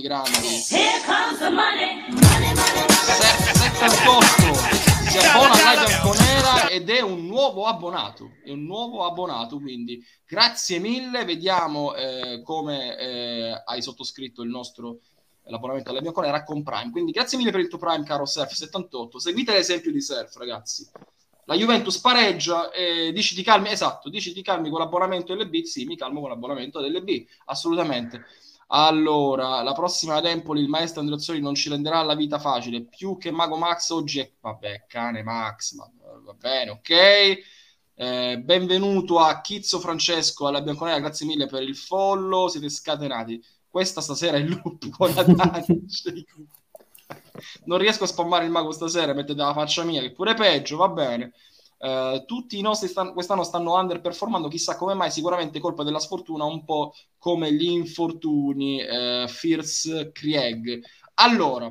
Si abbona alla Bianconera ed è un nuovo abbonato, quindi grazie mille, vediamo come hai sottoscritto l'abbonamento alla Bianconera con Prime, quindi grazie mille per il tuo Prime, caro Surf78, seguite l'esempio di Surf, ragazzi. La Juventus pareggia e dici ti calmi con l'abbonamento LB? Sì, mi calmo con l'abbonamento dell'LB, assolutamente. Allora, la prossima ad Empoli il maestro Andreazzoli non ci renderà la vita facile, più che Mago Max oggi è... Vabbè, cane Max, va bene, ok. Benvenuto a Chizzo Francesco alla Bianconera, grazie mille per il follow, siete scatenati. Questa stasera è il loop con la Dani. Non riesco a spammare il mago stasera, mettete la faccia mia, che pure peggio, va bene. Tutti i nostri quest'anno stanno underperformando, chissà come mai, sicuramente colpa della sfortuna, un po' come gli infortuni. Fierce Krieg. Allora,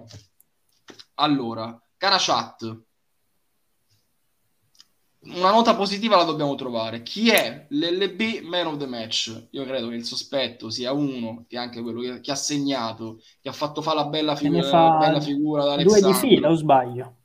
cara chat, una nota positiva la dobbiamo trovare. Chi è l'LB Man of the Match? Io credo che il sospetto sia uno, che è anche quello che ha segnato, che ha fatto fare la bella figura ad 2 di fila, Alessandro. o sbaglio?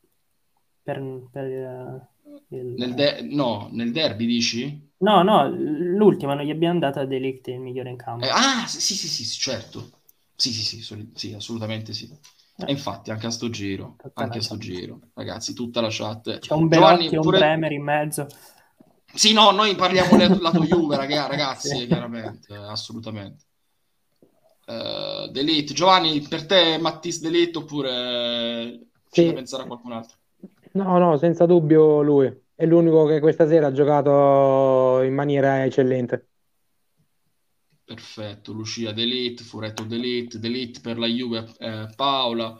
Nel derby dici? No, l'ultima non gli abbiamo dato a De Ligt il migliore in campo. Sì, certo. Sì, assolutamente sì. E infatti anche a sto giro, ragazzi, tutta la chat. C'è un Belotti e un Bremer in mezzo. Sì, no, noi parliamo lato Juve, ragazzi, sì. Chiaramente, assolutamente. Delete. Giovanni, per te Mattis Delete oppure c'è da pensare a qualcun altro? No, senza dubbio lui. È l'unico che questa sera ha giocato in maniera eccellente. Perfetto, Lucia Delete, Furetto Delete per la Juve, Paola.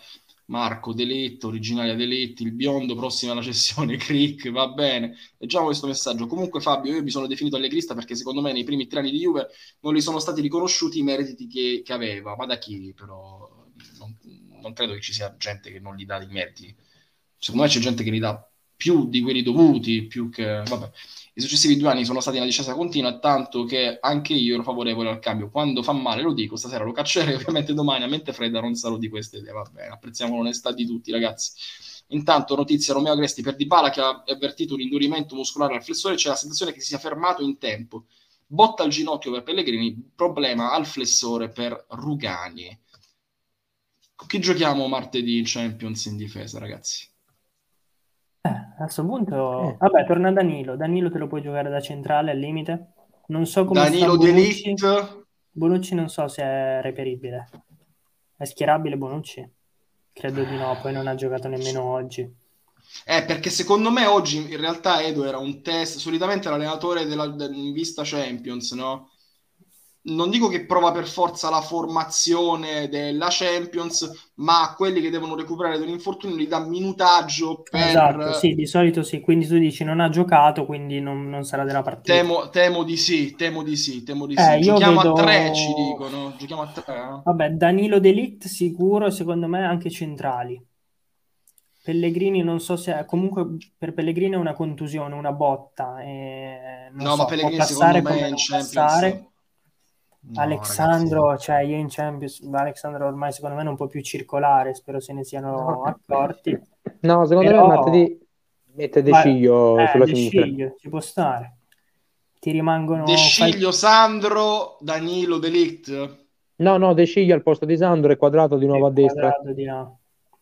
Marco, Delitto, originaria Delitti, il biondo, prossima alla cessione, Crick, va bene. Leggiamo questo messaggio. Comunque Fabio, io mi sono definito allegrista perché secondo me nei primi 3 anni di Juve non gli sono stati riconosciuti i meriti che aveva. Ma da chi però? Non credo che ci sia gente che non gli dà i meriti. Secondo me c'è gente che gli dà più di quelli dovuti, più che... Vabbè. I successivi 2 anni sono stati una discesa continua, tanto che anche io ero favorevole al cambio. Quando fa male lo dico, stasera lo caccerei, ovviamente domani a mente fredda non sarò di queste idee. Va bene, apprezziamo l'onestà di tutti, ragazzi. Intanto, notizia Romeo Agresti per Dybala che ha avvertito un indurimento muscolare al flessore, c'è la sensazione che si sia fermato in tempo. Botta al ginocchio per Pellegrini, problema al flessore per Rugani. Con chi giochiamo martedì in Champions in difesa, ragazzi? A questo punto, vabbè, torna Danilo. Danilo te lo puoi giocare da centrale al limite. Non so come Danilo sta Bonucci. Delict. Bonucci non so se è reperibile. È schierabile Bonucci? Credo di no, poi non ha giocato nemmeno oggi. Perché secondo me oggi in realtà Edo era un test, solitamente l'allenatore in vista Champions, no? Non dico che prova per forza la formazione della Champions, ma a quelli che devono recuperare da un infortunio gli dà minutaggio per... Esatto, sì, di solito sì. Quindi tu dici non ha giocato, quindi non sarà della partita. Temo di sì. Io Giochiamo vedo... a 3, ci dicono. Giochiamo a 3. Vabbè, Danilo D'Elite sicuro, e secondo me anche centrali. Pellegrini non so se... Comunque per Pellegrini è una contusione, una botta. Non No, so, ma può Pellegrini secondo passare me come in non Champions... passare. No, Alexandro, ragazzi. cioè io in Champions, Alexandro ormai secondo me non può più circolare, spero se ne siano accorti. No, secondo me Però martedì mette De Sciglio sulla De sinistra. Sciglio, ci può stare. Ti De rimangono... Sciglio, Sandro, Danilo, Delict. No, De Sciglio al posto di Sandro e Quadrato di nuovo a destra. Quadrato di là.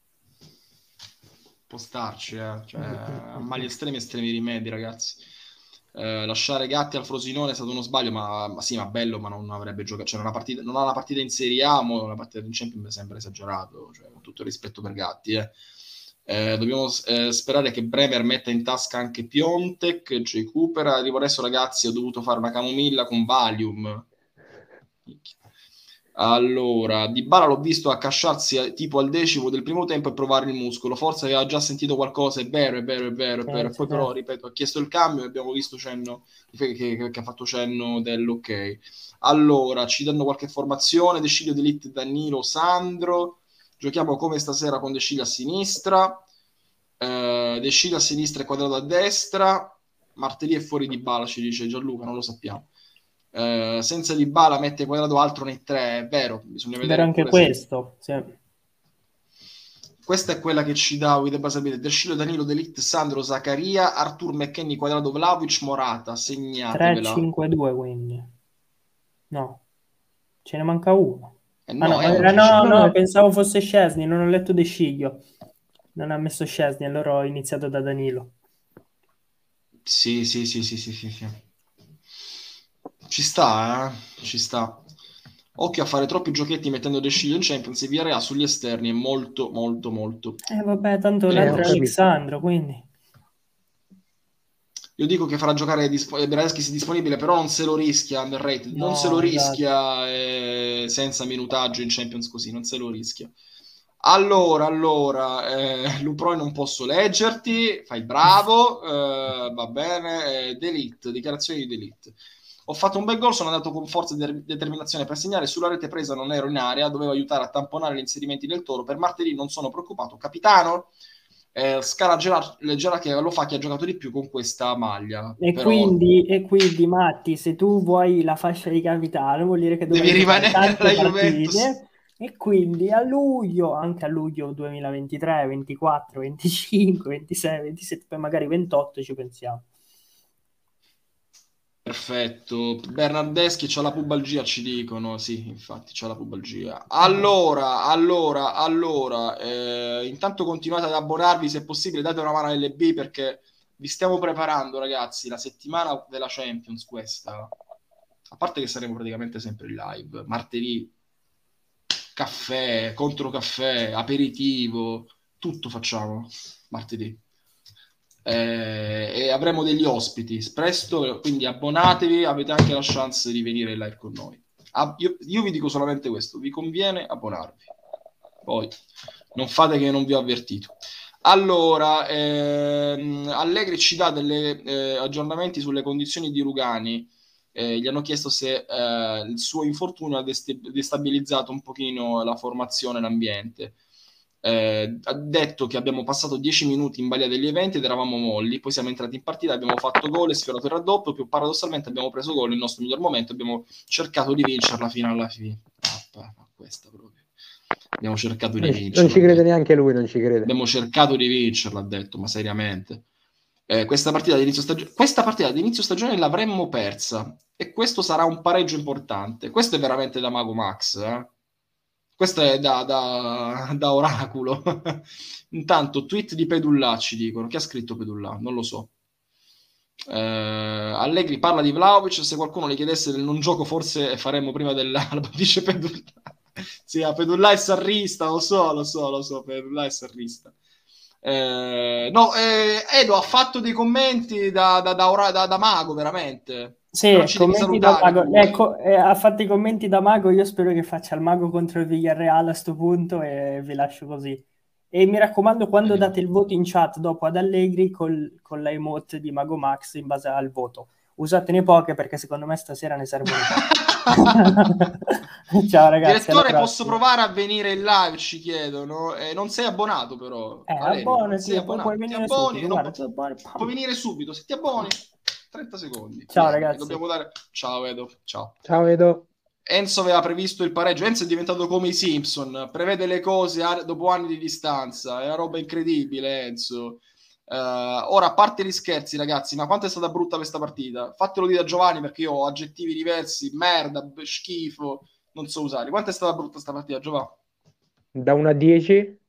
Può starci, cioè, a mali estremi rimedi, ragazzi. Lasciare Gatti al Frosinone è stato uno sbaglio, ma sì, ma bello, ma non avrebbe giocato. Cioè, non ha una partita in Serie A, una partita in Champions mi sembra esagerato, cioè, con tutto il rispetto per Gatti. Dobbiamo sperare che Bremer metta in tasca anche Piontek, J. Cooper. Arrivo adesso, ragazzi, ho dovuto fare una camomilla con Valium. Allora, Dybala l'ho visto accasciarsi tipo al 10° del primo tempo e provare il muscolo. Forse aveva già sentito qualcosa, è vero. Poi però, ripeto, ha chiesto il cambio e abbiamo visto cenno che ha fatto cenno dell'ok. Allora, ci danno qualche formazione. De Sciglio, D'Elite, Danilo, Sandro. Giochiamo come stasera con De Sciglio a sinistra. De Sciglio a sinistra e Quadrato a destra. Martedì è fuori Dybala, ci dice Gianluca, non lo sappiamo. Senza Dybala mette Quadrato altro nei 3, è vero, bisogna vedere anche questo, sì. Questa è quella che ci dà De Sciglio, Danilo, D'Elite, Sandro, Zaccaria, Artur, McKennie, Quadrato, Vlahovic, Morata, segnatevela. 3-5-2 quindi. No, ce ne manca uno. No, pensavo fosse Szczesny, non ho letto De Sciglio. Non ha messo Szczesny, allora ho iniziato da Danilo. Sì. Ci sta. Occhio a fare troppi giochetti mettendo De Sciglio in Champions e Villarreal sugli esterni è molto. Vabbè, tanto l'altro è Alexandro, quindi... Io dico che farà giocare Beraeschi disponibile, però non se lo rischia underrated, non se lo rischia senza minutaggio in Champions così, non se lo rischia. Allora, Luproi non posso leggerti, fai bravo, va bene, D'Elite, dichiarazioni di D'Elite. Ho fatto un bel gol, sono andato con forza e determinazione per segnare, sulla rete presa non ero in area, dovevo aiutare a tamponare gli inserimenti del Toro, per martedì non sono preoccupato, capitano. Scala leggera che lo fa chi ha giocato di più con questa maglia. Quindi Matti, se tu vuoi la fascia di capitano vuol dire che devi rimanere alla Juventus. E quindi a luglio, anche a luglio 2023, 24, 25, 26, 27, poi magari 28 ci pensiamo. Perfetto. Bernardeschi c'ha la pubalgia, ci dicono. Sì, infatti c'ha la pubalgia. Allora, intanto continuate ad abbonarvi se possibile, date una mano a LB perché vi stiamo preparando, ragazzi, la settimana della Champions questa. A parte che saremo praticamente sempre in live. Martedì, caffè, contro caffè, aperitivo, tutto facciamo martedì. E avremo degli ospiti presto, quindi abbonatevi, avete anche la chance di venire in live con noi. Io vi dico solamente questo, vi conviene abbonarvi. Poi non fate che non vi ho avvertito. Allora, Allegri ci dà degli aggiornamenti sulle condizioni di Rugani. Gli hanno chiesto se il suo infortunio ha destabilizzato un pochino la formazione e l'ambiente. Ha detto che abbiamo passato 10 minuti in balia degli eventi ed eravamo molli, poi siamo entrati in partita, abbiamo fatto gol e sfiorato il raddoppio, più paradossalmente abbiamo preso gol, il nostro miglior momento, abbiamo cercato di vincerla fino alla fine. Questa proprio. Abbiamo cercato di vincerla. Non ci crede neanche lui, non ci crede. Abbiamo cercato di vincerla, ha detto, ma seriamente. Questa partita di inizio stagione l'avremmo persa e questo sarà un pareggio importante. Questo è veramente da Mago Max, questo è da oracolo. Intanto tweet di Pedullà ci dicono. Chi ha scritto Pedullà? Non lo so. Allegri parla di Vlahovic, se qualcuno le chiedesse del non gioco forse faremmo prima dell'alba, dice Pedullà. Sì, Pedullà è sarrista, lo so, Pedullà è sarrista. No, Edo ha fatto dei commenti da mago, veramente. Sì, Però ci devi commenti da salutare mago. tu, Ecco, ha fatto i commenti da mago. Io spero che faccia il mago contro il Villarreal a sto punto e vi lascio così. E mi raccomando, quando Vediamo. date il voto in chat dopo ad Allegri con la emote di Mago Max in base al voto. Usatene poche perché secondo me stasera ne servono poche. Ciao ragazzi, alla Direttore, posso prossima. provare a venire in live? Ci chiedono. Non sei abbonato, però, Valerio. Non sei Abbonati, poi puoi abbonato. Ti venire abboni, subito. Guarda, tu abboni, puoi pam. venire subito. Se ti abboni, 30 secondi. Ciao Vieni, ragazzi. dobbiamo dare. Ciao, Edo. Ciao. Ciao Edo. Enzo aveva previsto il pareggio. Enzo è diventato come i Simpson, prevede le cose dopo anni di distanza. È una roba incredibile, Enzo. Ora, a parte gli scherzi, ragazzi, ma quanto è stata brutta questa partita? Fatelo dire a Giovanni perché io ho aggettivi diversi, merda, schifo, non so usare. Quanto è stata brutta questa partita, Giovanni? Da 1 a 10?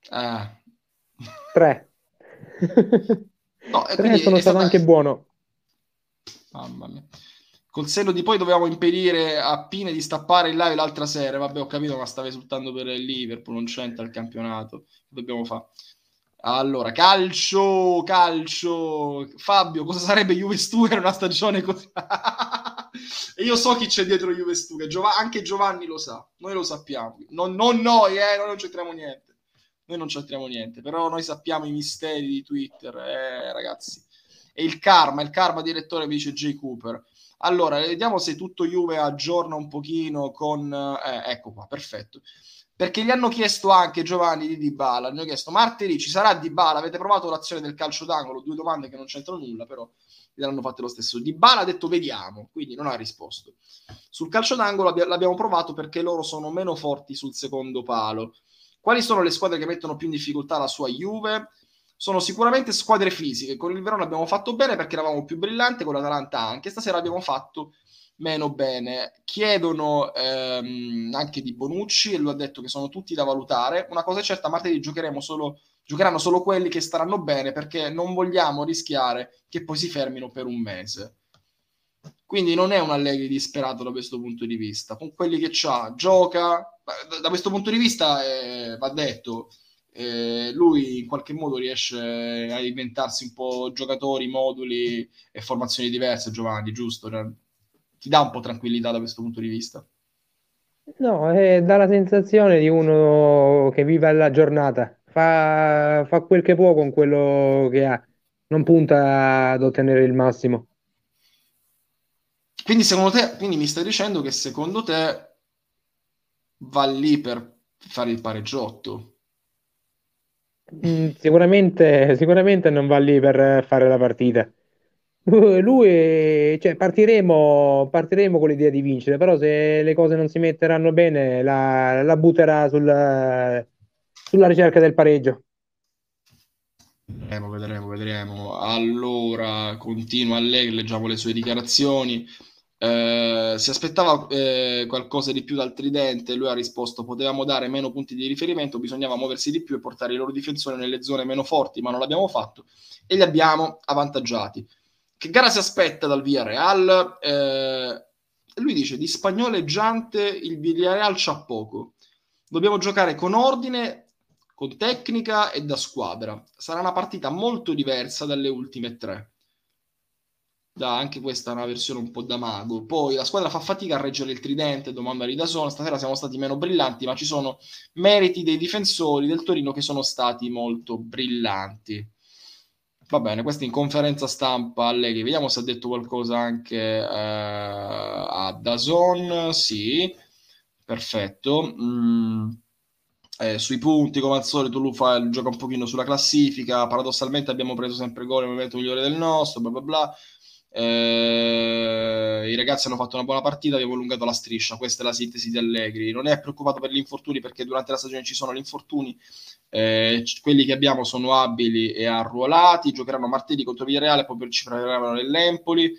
3. No, e 3 quindi sono è stato stata. anche buono. Mamma mia. Col senno di poi dovevamo impedire a Pine di stappare il live l'altra sera. Vabbè, ho capito, ma stava esultando per il Liverpool, non c'entra il campionato. Che dobbiamo fare? Allora, calcio. Fabio, cosa sarebbe Juve Stuga in una stagione così? E io so chi c'è dietro Juve Stuga. Anche Giovanni lo sa. Noi lo sappiamo. Non noi, noi non c'entriamo niente. Noi non c'entriamo niente. Però noi sappiamo i misteri di Twitter, ragazzi. E il karma direttore, mi dice Jay Cooper. Allora, vediamo se tutto Juve aggiorna un pochino con. Ecco qua, perfetto. Perché gli hanno chiesto anche Giovanni di Dybala, gli hanno chiesto martedì ci sarà Dybala, avete provato l'azione del calcio d'angolo? 2 domande che non c'entrano nulla, però gliel'hanno fatte lo stesso. Dybala ha detto vediamo, quindi non ha risposto. Sul calcio d'angolo l'abbiamo provato perché loro sono meno forti sul secondo palo. Quali sono le squadre che mettono più in difficoltà la sua Juve? Sono sicuramente squadre fisiche. Con il Verona abbiamo fatto bene perché eravamo più brillanti, con l'Atalanta anche. Stasera abbiamo fatto meno bene. Chiedono anche di Bonucci e lui ha detto che sono tutti da valutare. Una cosa è certa, martedì giocheranno solo quelli che staranno bene perché non vogliamo rischiare che poi si fermino per un mese. Quindi non è un Allegri disperato da questo punto di vista. Con quelli che c'ha, gioca. Da questo punto di vista va detto, lui in qualche modo riesce a inventarsi un po' giocatori, moduli e formazioni diverse, Giovanni, giusto? Ti dà un po' tranquillità da questo punto di vista? No, dà la sensazione di uno che vive la giornata, fa quel che può con quello che ha, non punta ad ottenere il massimo. Quindi secondo te, quindi mi stai dicendo che secondo te va lì per fare il pareggiotto? Sicuramente non va lì per fare la partita. Cioè, partiremo con l'idea di vincere, però se le cose non si metteranno bene, la butterà sulla ricerca del pareggio. Vedremo. Allora, continua Allegri, leggiamo le sue dichiarazioni. Si aspettava qualcosa di più dal tridente, lui ha risposto potevamo dare meno punti di riferimento, bisognava muoversi di più e portare i loro difensori nelle zone meno forti, ma non l'abbiamo fatto e li abbiamo avvantaggiati. Che gara si aspetta dal Villarreal? Lui dice di spagnoleggiante il Villarreal c'ha poco, dobbiamo giocare con ordine, con tecnica e da squadra. Sarà una partita molto diversa dalle ultime 3. Anche questa è una versione un po' da mago. Poi la squadra fa fatica a reggere il tridente, domanda di Dazon. Stasera siamo stati meno brillanti, ma ci sono meriti dei difensori del Torino che sono stati molto brillanti. Va bene, questo in conferenza stampa Allegri. Vediamo se ha detto qualcosa anche a Dazon. Sì, perfetto. Sui punti, come al solito, gioca un pochino sulla classifica. Paradossalmente abbiamo preso sempre gol nel momento migliore del nostro, bla bla bla. I ragazzi hanno fatto una buona partita, abbiamo allungato la striscia. Questa è la sintesi di Allegri. Non è preoccupato per gli infortuni, perché durante la stagione ci sono gli infortuni. Quelli che abbiamo sono abili e arruolati. Giocheranno martedì contro Villarreal, poi ci prepareranno nell'Empoli.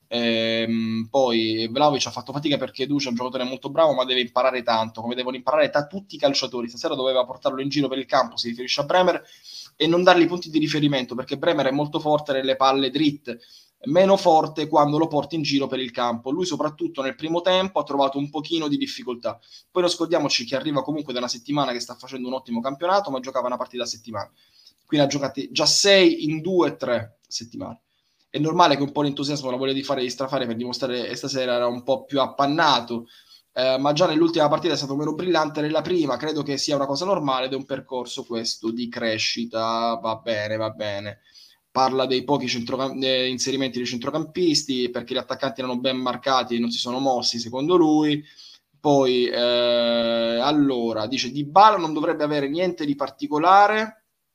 Poi Vlahovic ha fatto fatica perché Duce è un giocatore molto bravo, ma deve imparare tanto, come devono imparare tutti i calciatori. Stasera doveva portarlo in giro per il campo, si riferisce a Bremer, e non dargli punti di riferimento, perché Bremer è molto forte nelle palle dritte, meno forte quando lo porti in giro per il campo. Lui soprattutto nel primo tempo ha trovato un pochino di difficoltà. Poi non scordiamoci che arriva comunque da una settimana che sta facendo un ottimo campionato, ma giocava una partita a settimana, quindi ha giocato già 6 in 2-3 settimane. È normale che un po' l'entusiasmo, la voglia di fare, di strafare per dimostrare, e stasera era un po' più appannato, ma già nell'ultima partita è stato meno brillante. Nella prima credo che sia una cosa normale ed è un percorso questo di crescita. Va bene, va bene. Parla dei pochi inserimenti dei centrocampisti, perché gli attaccanti erano ben marcati e non si sono mossi secondo lui. Poi allora dice Dybala non dovrebbe avere niente di particolare,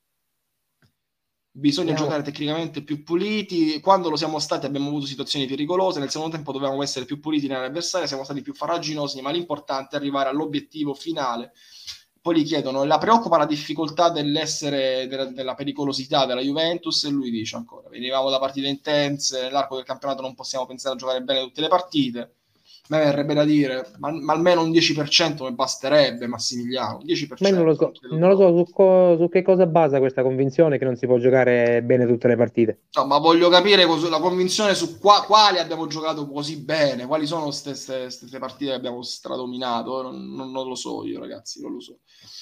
bisogna giocare tecnicamente più puliti. Quando lo siamo stati abbiamo avuto situazioni pericolose, nel secondo tempo dovevamo essere più puliti nell'avversario, siamo stati più farraginosi, ma l'importante è arrivare all'obiettivo finale. Poi gli chiedono, la preoccupa la difficoltà della pericolosità della Juventus, e lui dice ancora, venivamo da partite intense, nell'arco del campionato non possiamo pensare a giocare bene tutte le partite. A me verrebbe da dire, ma almeno un 10% mi basterebbe, Massimiliano, un 10%. Ma io non lo so, su che cosa basa questa convinzione che non si può giocare bene tutte le partite. No, ma voglio capire la convinzione su quali abbiamo giocato così bene, quali sono queste partite che abbiamo stradominato. Non lo so io, ragazzi, non lo so.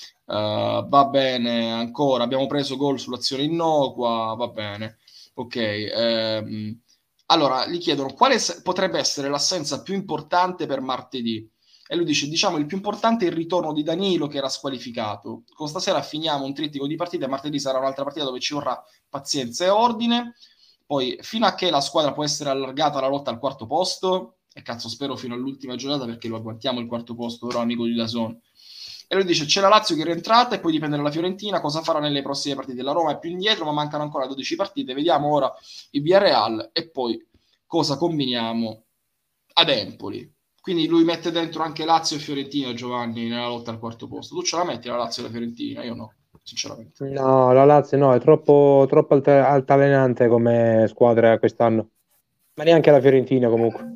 Va bene, ancora abbiamo preso gol sull'azione innocua, va bene, ok. Allora gli chiedono quale potrebbe essere l'assenza più importante per martedì, e lui dice, diciamo, il più importante è il ritorno di Danilo, che era squalificato. Con stasera finiamo un trittico di partite, martedì sarà un'altra partita dove ci vorrà pazienza e ordine. Poi fino a che la squadra può essere allargata alla lotta al quarto posto, e cazzo spero fino all'ultima giornata, perché lo agguantiamo il quarto posto, però amico di Dazon. E lui dice, c'è la Lazio che è rientrata, e poi dipende dalla Fiorentina cosa farà nelle prossime partite. La Roma è più indietro, ma mancano ancora 12 partite. Vediamo ora il Villarreal e poi cosa combiniamo ad Empoli. Quindi lui mette dentro anche Lazio e Fiorentina, Giovanni, nella lotta al quarto posto. Tu ce la metti la Lazio e la Fiorentina? Io no, sinceramente. No, la Lazio no, è troppo altalenante come squadra quest'anno. Ma neanche la Fiorentina comunque.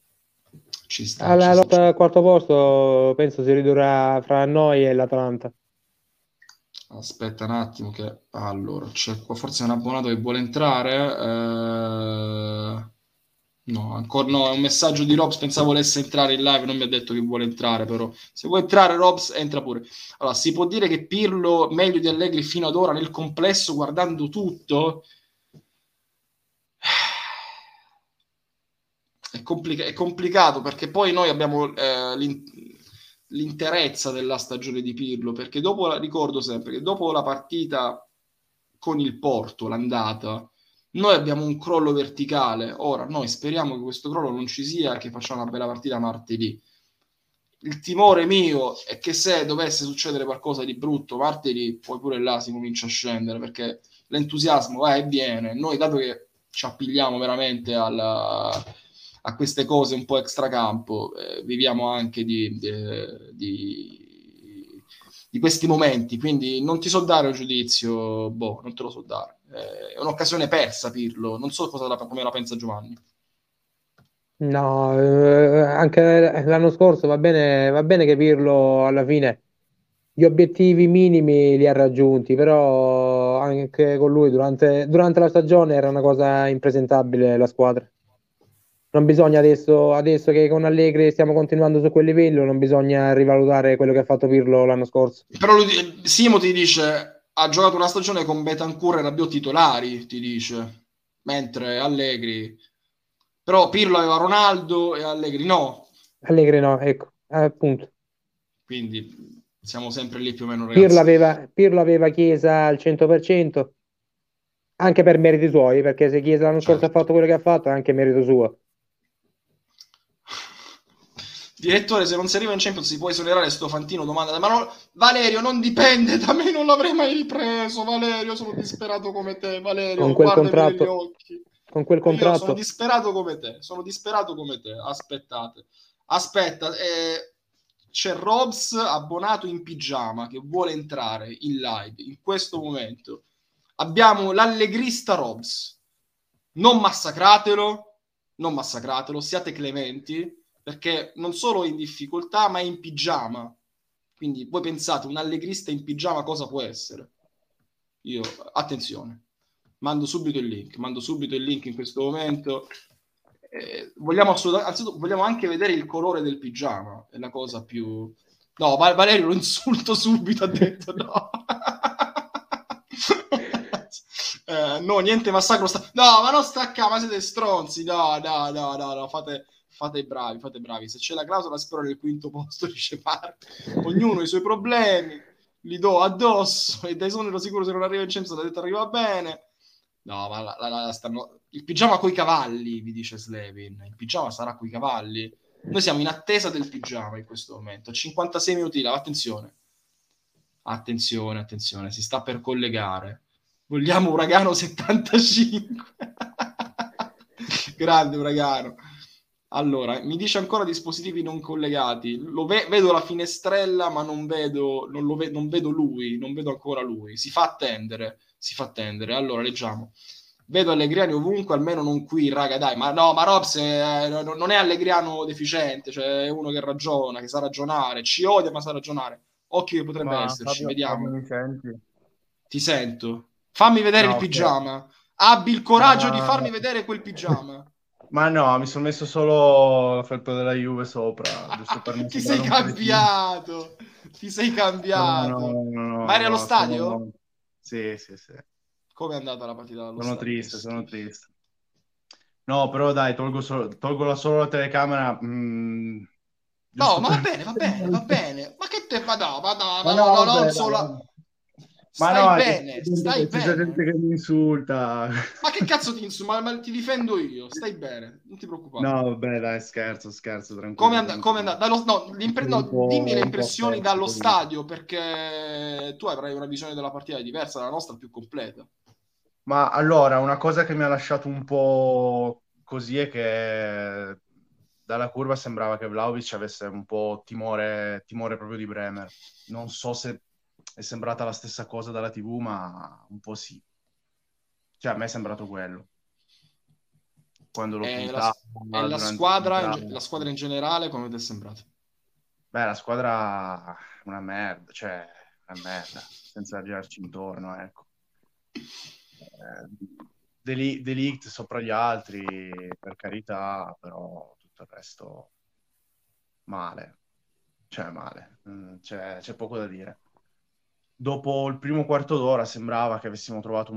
Ci sta, Alla lotta al quarto posto penso si ridurrà fra noi e l'Atalanta. Aspetta un attimo che... Allora, c'è qua forse un abbonato che vuole entrare. No, ancora no, è un messaggio di Robs, pensavo volesse entrare in live, non mi ha detto che vuole entrare, però se vuoi entrare Robs, entra pure. Allora, si può dire che Pirlo meglio di Allegri fino ad ora nel complesso, guardando tutto? È complicato, perché poi noi abbiamo l'interezza della stagione di Pirlo, perché ricordo sempre che dopo la partita con il Porto, l'andata, noi abbiamo un crollo verticale. Ora noi speriamo che questo crollo non ci sia e che facciamo una bella partita martedì. Il timore mio è che se dovesse succedere qualcosa di brutto martedì, poi pure là si comincia a scendere, perché l'entusiasmo va e viene. Noi, dato che ci appigliamo veramente a queste cose un po' extracampo, viviamo anche di questi momenti, quindi non ti so dare un giudizio, non te lo so dare. È un'occasione persa, Pirlo. Non so come la pensa Giovanni. No, anche l'anno scorso va bene che Pirlo alla fine gli obiettivi minimi li ha raggiunti, però anche con lui durante la stagione era una cosa impresentabile la squadra. Non bisogna adesso che con Allegri stiamo continuando su quel livello, non bisogna rivalutare quello che ha fatto Pirlo l'anno scorso. Però Simo ti dice, ha giocato una stagione con Bentancur e Rabiot titolari, ti dice, mentre Allegri Però Pirlo aveva Ronaldo e Allegri no, Allegri no, ecco, appunto. quindi siamo sempre lì più o meno, Pirlo ragazzi. aveva, Pirlo aveva Chiesa al 100%, anche per meriti suoi, perché se Chiesa l'anno scorso ha Certo. fatto quello che ha fatto è anche merito suo. Direttore, se non si arriva in Champions si può esonerare sto Fantino? Domanda. Ma no, Valerio, non dipende da me, non l'avrei mai ripreso. Valerio, sono disperato come te. Con Valerio, quel guardami negli contratto, occhi. con quel Io sono contratto, disperato come te. Sono disperato come te. Aspettate. Aspetta, c'è Robs abbonato in pigiama che vuole entrare in live in questo momento. Abbiamo l'allegrista Robs. Non massacratelo, non massacratelo, siate clementi, perché non solo è in difficoltà, ma è in pigiama. Quindi voi pensate, un allegrista in pigiama cosa può essere? Io, attenzione, mando subito il link in questo momento. Vogliamo anzitutto vogliamo anche vedere il colore del pigiama, è la cosa più... No, Valerio lo insulto subito, ha detto no. No, niente massacro. No, ma non stacca, ma siete stronzi. No, fate i bravi, fate bravi. Se c'è la clausola, spero nel quinto posto, dice Marco. Ognuno ha i suoi problemi, li do addosso e dai sonero sicuro se non arriva in Champions, la detta arriva bene. No, ma il pigiama coi cavalli, vi dice Slevin. Il pigiama sarà coi cavalli. Noi siamo in attesa del pigiama in questo momento. A 56 minuti là, attenzione. Attenzione, si sta per collegare. Vogliamo Uragano 75. Grande Uragano. Allora, mi dice ancora dispositivi non collegati. Vedo la finestrella, ma non vedo lui, non vedo ancora lui. Si fa attendere. Allora, leggiamo. Vedo Allegriani ovunque, almeno non qui, raga, dai. Ma no, ma Robs non è Allegriano deficiente, cioè è uno che ragiona, che sa ragionare. Ci odia, ma sa ragionare. Occhio che potrebbe Ma esserci, Fabio, vediamo. mi senti? Ti sento. Fammi vedere il No, ok. pigiama. Abbi il coraggio di Ma... farmi vedere quel pigiama. Ma no, mi sono messo solo la felpa della Juve sopra, giusto per non Ti sei sembrare un cretino. cambiato. Ti sei cambiato. Ma eri allo stadio? Sì, sì, sì. Come è andata la partita allo Sono stadio? triste, sono triste. No, però dai, tolgo solo la telecamera. No, Giusto ma per... va bene. Ma che te fa? No, Ma no, no, non vabbè, solo. dai. Ma Stai no, bene, stai c'è già gente bene. che mi insulta. Ma che cazzo ti insomma? Ma ti difendo io, stai bene, non ti preoccupare. No, vabbè, dai, scherzo, Come tranquillo, è tranquillo. andata? Dimmi le Un po' impressioni perso dallo così. stadio, perché tu avrai una visione della partita diversa dalla nostra, più completa. Ma allora, una cosa che mi ha lasciato un po' così è che dalla curva sembrava che Vlahovic avesse un po' timore proprio di Bremer. Non so se è sembrata la stessa cosa dalla TV, ma un po' sì. Cioè, a me è sembrato quello. Quando lo E puntava e durante l'incontrato. la squadra in generale, come ti è sembrato? Beh, la squadra è una merda, cioè, una merda, senza girarci intorno, ecco. De Ligt sopra gli altri, per carità, però tutto il resto male, cioè male. C'è poco da dire. Dopo il primo quarto d'ora sembrava che avessimo trovato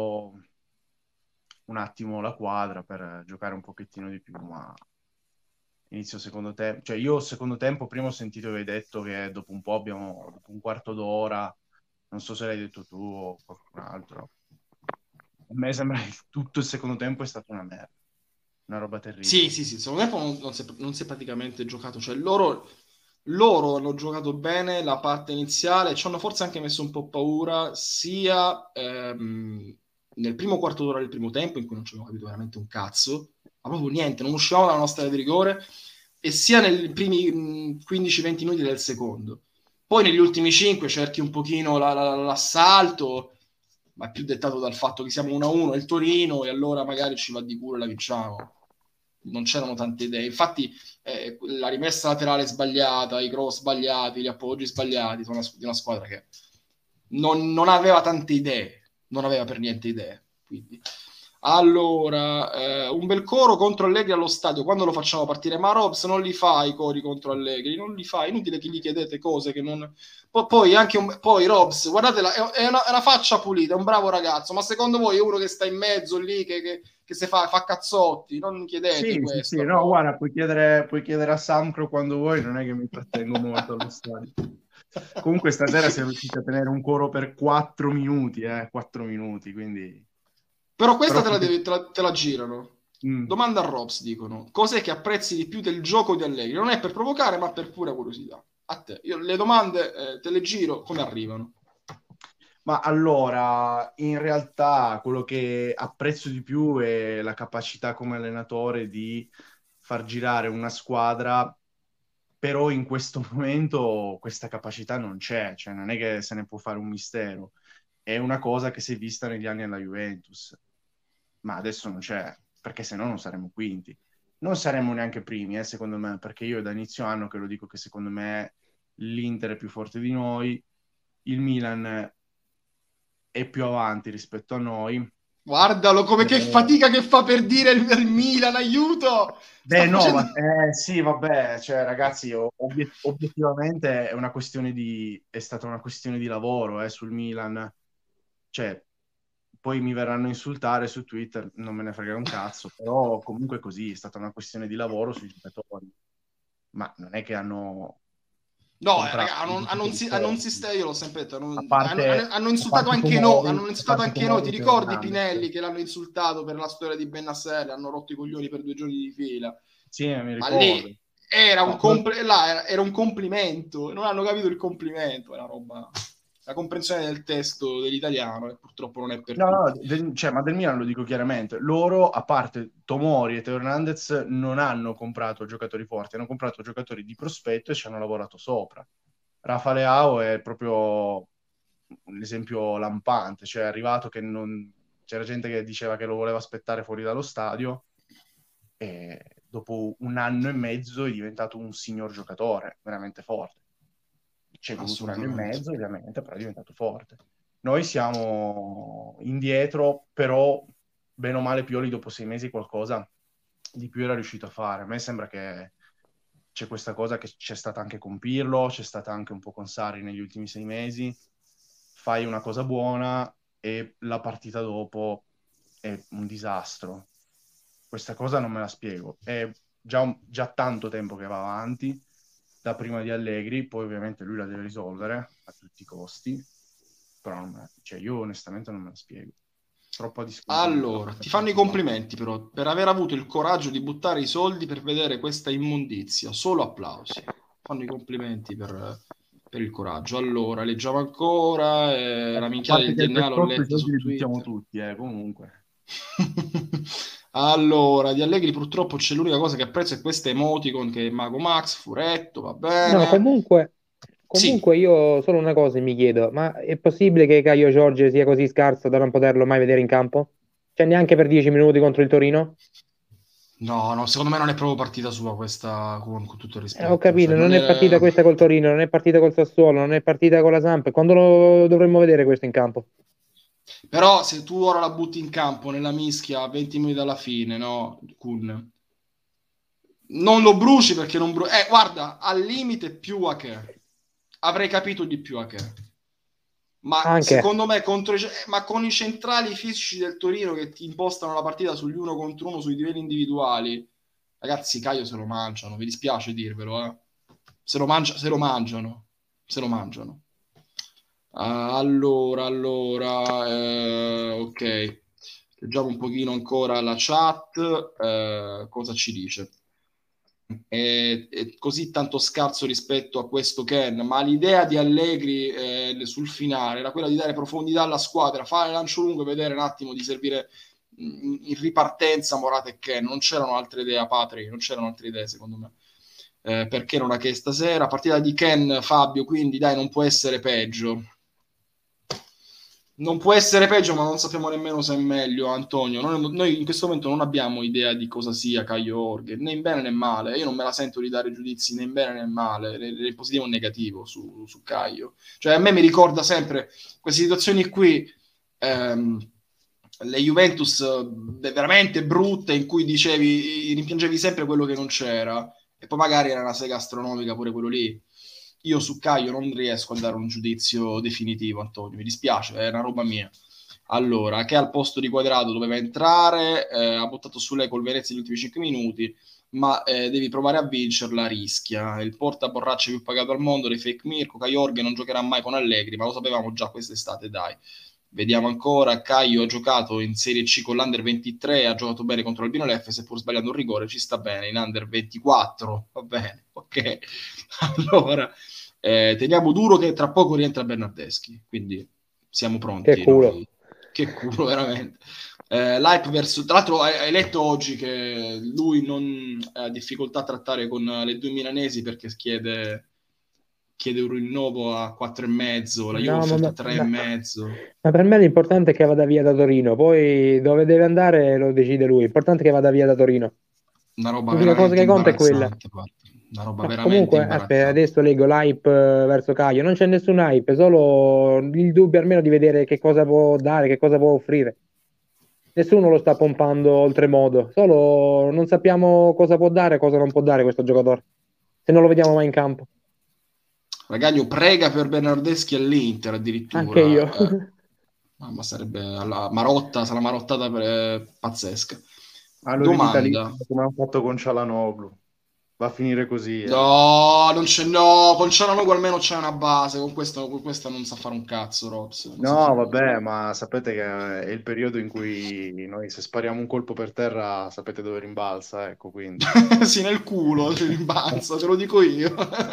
un attimo la quadra per giocare un pochettino di più, ma inizio secondo tempo, cioè io secondo tempo prima ho sentito che avevi detto che dopo un po' dopo un quarto d'ora, non so se l'hai detto tu o qualcun altro, a me sembra che tutto il secondo tempo è stata una merda, una roba terribile. Sì, secondo me non si è praticamente giocato, cioè loro hanno giocato bene la parte iniziale, ci hanno forse anche messo un po' paura, sia nel primo quarto d'ora del primo tempo, in cui non ci abbiamo capito veramente un cazzo, ma proprio niente, non uscivamo dalla nostra area di rigore, e sia nei primi 15-20 minuti del secondo. Poi negli ultimi 5 cerchi un pochino l'assalto, ma è più dettato dal fatto che siamo 1-1 il Torino e allora magari ci va di culo e la vinciamo. Non c'erano tante idee. Infatti la rimessa laterale sbagliata, i cross sbagliati, gli appoggi sbagliati sono di una squadra che non aveva tante idee, non aveva per niente idee. Quindi. Allora, un bel coro contro Allegri allo stadio, quando lo facciamo partire? Ma Robs non li fa i cori contro Allegri, non li fa, è inutile che gli chiedete cose che non... Poi anche poi Robs, guardatela, è una faccia pulita, è un bravo ragazzo, ma secondo voi è uno che sta in mezzo lì, che che se fa cazzotti, non chiedete Sì, questo. no, guarda, puoi chiedere a Samcro quando vuoi, non è che mi trattengo molto allo stadio. Comunque stasera siamo riusciti a tenere un coro per 4 minuti, 4 minuti, quindi... Però questa Però... te la girano. Domanda a Robs, dicono. Cos'è che apprezzi di più del gioco di Allegri? Non è per provocare, ma per pura curiosità. A te. Io le domande te le giro come arrivano. Ma allora, in realtà quello che apprezzo di più è la capacità come allenatore di far girare una squadra, però in questo momento questa capacità non c'è, cioè non è che se ne può fare un mistero. È una cosa che si è vista negli anni alla Juventus, ma adesso non c'è, perché se no non saremmo quinti. Non saremmo neanche primi, secondo me, perché io da inizio anno che lo dico che secondo me l'Inter è più forte di noi, il Milan è più avanti rispetto a noi. Guardalo come che fatica che fa per dire il Milan, aiuto! Beh, no, facendo... sì, vabbè, cioè ragazzi, obiettivamente è stata una questione di lavoro sul Milan. Cioè, poi mi verranno a insultare su Twitter, non me ne frega un cazzo, però comunque così, è stata una questione di lavoro sui giocatori. Ma non è che hanno... No, raga, hanno un sistema, io l'ho sempre detto, hanno insultato anche Tomori, noi, ti ricordi Fernandez. Pinelli che l'hanno insultato per la storia di Bennassere, hanno rotto i coglioni per 2 giorni di fila. Sì, mi ricordo. Ma lì era un complimento, non hanno capito il complimento, è una roba... La comprensione del testo dell'italiano purtroppo non è per tutti. Ma del Milan lo dico chiaramente, loro, a parte Tomori e Teo Hernandez, non hanno comprato giocatori forti, hanno comprato giocatori di prospetto e ci hanno lavorato sopra. Rafa Leao è proprio un esempio lampante, cioè è arrivato che non... c'era gente che diceva che lo voleva aspettare fuori dallo stadio e dopo 1 anno e mezzo è diventato un signor giocatore, veramente forte. C'è voluto 1 anno e mezzo, ovviamente, però è diventato forte. Noi siamo indietro, però bene o male Pioli dopo 6 mesi qualcosa di più era riuscito a fare. A me sembra che c'è questa cosa che c'è stata anche con Pirlo, c'è stata anche un po' con Sarri negli ultimi 6 mesi. Fai una cosa buona e la partita dopo è un disastro. Questa cosa non me la spiego. È già tanto tempo che va avanti, da prima di Allegri, poi ovviamente lui la deve risolvere a tutti i costi, però io onestamente non me la spiego. Troppo allora, ti fanno i complimenti però per aver avuto il coraggio di buttare i soldi per vedere questa immondizia, solo applausi. Fanno i complimenti per il coraggio. Allora, leggiamo ancora, la minchiata del DNA l'ho letta su Twitter. Tutti, comunque. Allora, di Allegri purtroppo c'è l'unica cosa che apprezzo è questa emoticon che è Mago Max, Furetto, va bene. No, comunque sì. Io solo una cosa mi chiedo, ma è possibile che Caio Giorgio sia così scarso da non poterlo mai vedere in campo? Cioè neanche per 10 minuti contro il Torino? No, secondo me non è proprio partita sua questa, con tutto il rispetto. Ho capito, cioè, non è partita questa col Torino, non è partita col Sassuolo, non è partita con la Samp. Quando lo dovremmo vedere questo in campo? Però se tu ora la butti in campo nella mischia a 20 minuti dalla fine, no, Kun, non lo bruci perché non bruci. Guarda, al limite più a che. Avrei capito di più a che. Ma anche. Secondo me ma con i centrali fisici del Torino che ti impostano la partita sugli 1 contro 1 sui livelli individuali, ragazzi, Caio se lo mangiano, vi dispiace dirvelo, se lo mangiano. Allora, ok, leggiamo un pochino ancora la chat, cosa ci dice? È così tanto scarso rispetto a questo Ken, ma l'idea di Allegri sul finale era quella di dare profondità alla squadra, fare lancio lungo e vedere un attimo di servire in ripartenza Morata e Ken. Non c'erano altre idee a Patrick, non c'erano altre idee secondo me, perché non ha che stasera partita di Ken, Fabio, quindi dai, non può essere peggio. Non può essere peggio, ma non sappiamo nemmeno se è meglio, Antonio. Noi in questo momento non abbiamo idea di cosa sia Caio Jorge, né in bene né in male. Io non me la sento di dare giudizi né in bene né in male, né positivo o negativo su Caio. Cioè, a me mi ricorda sempre queste situazioni qui, le Juventus veramente brutte, in cui rimpiangevi sempre quello che non c'era, e poi magari era una sega astronomica pure quello lì. Io su Caio non riesco a dare un giudizio definitivo, Antonio, mi dispiace, è una roba mia. Allora, che al posto di Quadrado doveva entrare, ha buttato su lei col Venezia negli ultimi 5 minuti, ma devi provare a vincerla, rischia. Il porta borraccia più pagato al mondo dei fake Mirko, Jorge non giocherà mai con Allegri, ma lo sapevamo già quest'estate, dai. Vediamo ancora, Caio ha giocato in Serie C con l'Under 23, ha giocato bene contro l'Albino Leffe, seppur sbagliando un rigore, ci sta bene, in Under 24, va bene, ok. Allora, teniamo duro che tra poco rientra Bernardeschi, quindi siamo pronti. Che culo. Noi. Che culo, veramente. L'hype verso... Tra l'altro hai letto oggi che lui non ha difficoltà a trattare con le due milanesi perché chiede un rinnovo a 4,5, la Juve No, offerta 3,5. ma per me l'importante è che vada via da Torino, poi dove deve andare lo decide lui. L'importante è che vada via da Torino. Una roba L'unica cosa veramente che conta è quella. imbarazzante, guarda. Una roba Ma veramente comunque, aspetta, imbarazzante. adesso leggo l'hype verso Caio. Non c'è nessun hype, solo il dubbio almeno di vedere che cosa può dare, che cosa può offrire. Nessuno lo sta pompando oltremodo, solo non sappiamo cosa può dare e cosa non può dare questo giocatore, se non lo vediamo mai in campo. Ragagno prega per Bernardeschi all'Inter addirittura. Anche io. Ma sarebbe la Marotta, sarà marottata pazzesca. Allora in Domanda. come hanno fatto con Cialanoglu. Va a finire così. No, non c'è, no, con Cialanoglu almeno c'è una base, con questa non sa fare un cazzo, Robs. Non sa No, fare vabbè, ma sapete che è il periodo in cui noi se spariamo un colpo per terra sapete dove rimbalza, ecco, quindi. sì, nel culo, ti rimbalza, te lo dico io.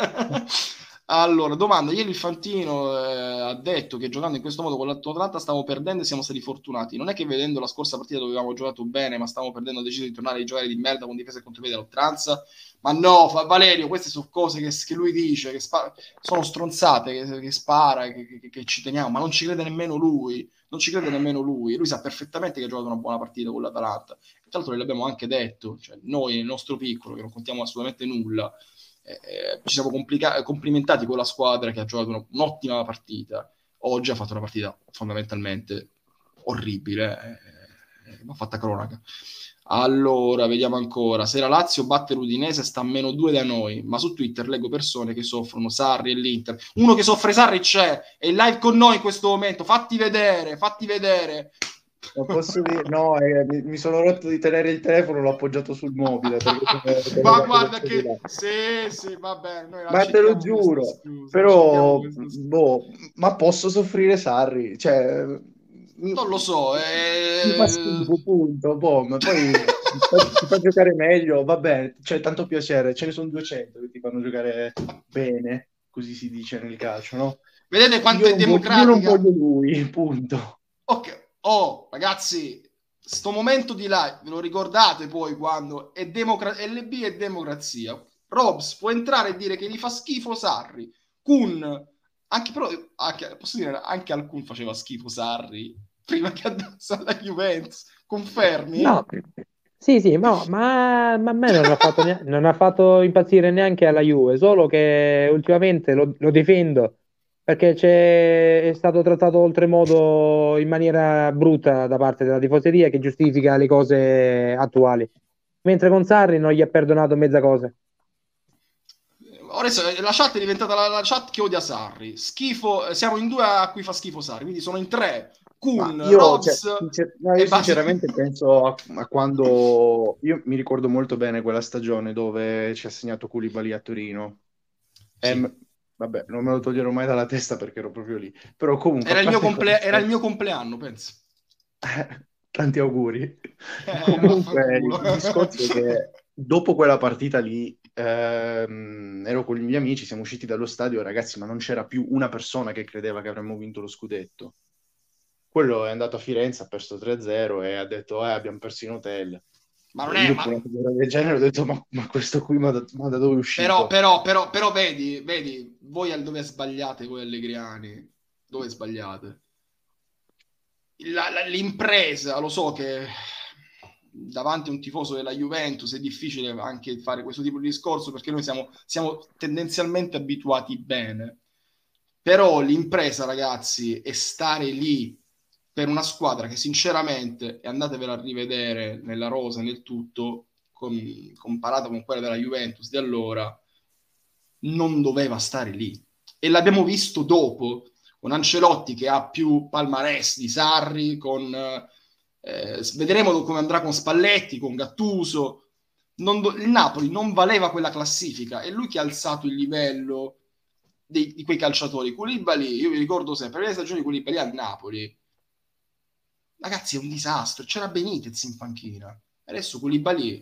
Allora, domanda, ieri il Fantino ha detto che giocando in questo modo con l'Atalanta stavo perdendo e siamo stati fortunati. Non è che vedendo la scorsa partita dove avevamo giocato bene, ma stavamo perdendo, ho deciso di tornare a giocare di merda con difesa e contropiede all'oltranza. Ma no, Valerio, queste sono cose che lui dice, sono stronzate, che spara, che ci teniamo, ma non ci crede nemmeno lui. Non ci crede nemmeno lui. Lui sa perfettamente che ha giocato una buona partita con l'Atalanta. Tra l'altro l'abbiamo anche detto, cioè, noi nel nostro piccolo, che non contiamo assolutamente nulla, ci siamo complimentati con la squadra che ha giocato un'ottima partita. Oggi ha fatto una partita fondamentalmente orribile, ma fatta cronaca. Allora, vediamo ancora. Se la Lazio batte l'Udinese sta a -2 da noi, ma su Twitter leggo persone che soffrono Sarri e l'Inter. Uno che soffre Sarri c'è, è in live con noi in questo momento. Fatti vedere, fatti vedere. Non posso dire, no, mi sono rotto di tenere il telefono, l'ho appoggiato sul mobile. Ma guarda che sì, va bene, noi Ma te lo accettiamo questa giuro, scusa, però, accettiamo questa scusa. boh, ma posso soffrire Sarri? Cioè, Non lo so, mi fa schifo, punto. Boh, ma poi ti fa giocare meglio, va bene, c'è tanto piacere, ce ne sono 200 che ti fanno giocare bene, così si dice nel calcio, no? vedete quanto è Io non democratica? voglio lui, punto. Ok, ragazzi, sto momento di live, ve lo ricordate poi quando LB è democrazia. Robs può entrare e dire che gli fa schifo Sarri. Kun, posso dire, anche al Kun faceva schifo Sarri prima che andasse alla Juventus. Confermi? No, sì, ma a me non ha fatto impazzire neanche alla Juve, solo che ultimamente lo difendo perché è stato trattato oltremodo in maniera brutta da parte della tifoseria che giustifica le cose attuali. Mentre con Sarri non gli ha perdonato mezza cosa. Adesso la chat è diventata la chat che odia Sarri. Schifo, siamo in due a cui fa schifo Sarri, quindi sono in tre. Ma Kun, io, cioè, Robs io e Basi. sinceramente penso a quando io mi ricordo molto bene quella stagione dove ci ha segnato Koulibaly a Torino. Sì. Vabbè, non me lo toglierò mai dalla testa perché ero proprio lì. Però comunque, Era a il mio, parte era il questo, mio compleanno, penso. tanti auguri. Comunque, Vaffanculo. il discorso è che dopo quella partita lì, ero con i miei amici, siamo usciti dallo stadio, ragazzi, ma non c'era più una persona che credeva che avremmo vinto lo scudetto. Quello è andato a Firenze, ha perso 3-0 e ha detto, abbiamo perso in hotel. Ma non E è... io dopo una cosa del genere ho detto, ma questo qui ma da dove è uscito? Però vedi, voi dove sbagliate, voi allegriani, dove sbagliate? L'impresa, lo so che davanti a un tifoso della Juventus è difficile anche fare questo tipo di discorso perché noi siamo tendenzialmente abituati bene, però l'impresa, ragazzi, è stare lì per una squadra che sinceramente, e andatevela a rivedere nella rosa, nel tutto, comparata con quella della Juventus di allora, non doveva stare lì. E l'abbiamo visto dopo, con Ancelotti che ha più palmarès di Sarri, vedremo come andrà con Spalletti, con Gattuso. Il Napoli non valeva quella classifica, è lui che ha alzato il livello di quei calciatori. Koulibaly, io vi ricordo sempre, le stagioni di Koulibaly al Napoli, ragazzi, è un disastro. C'era Benitez in panchina, adesso Koulibaly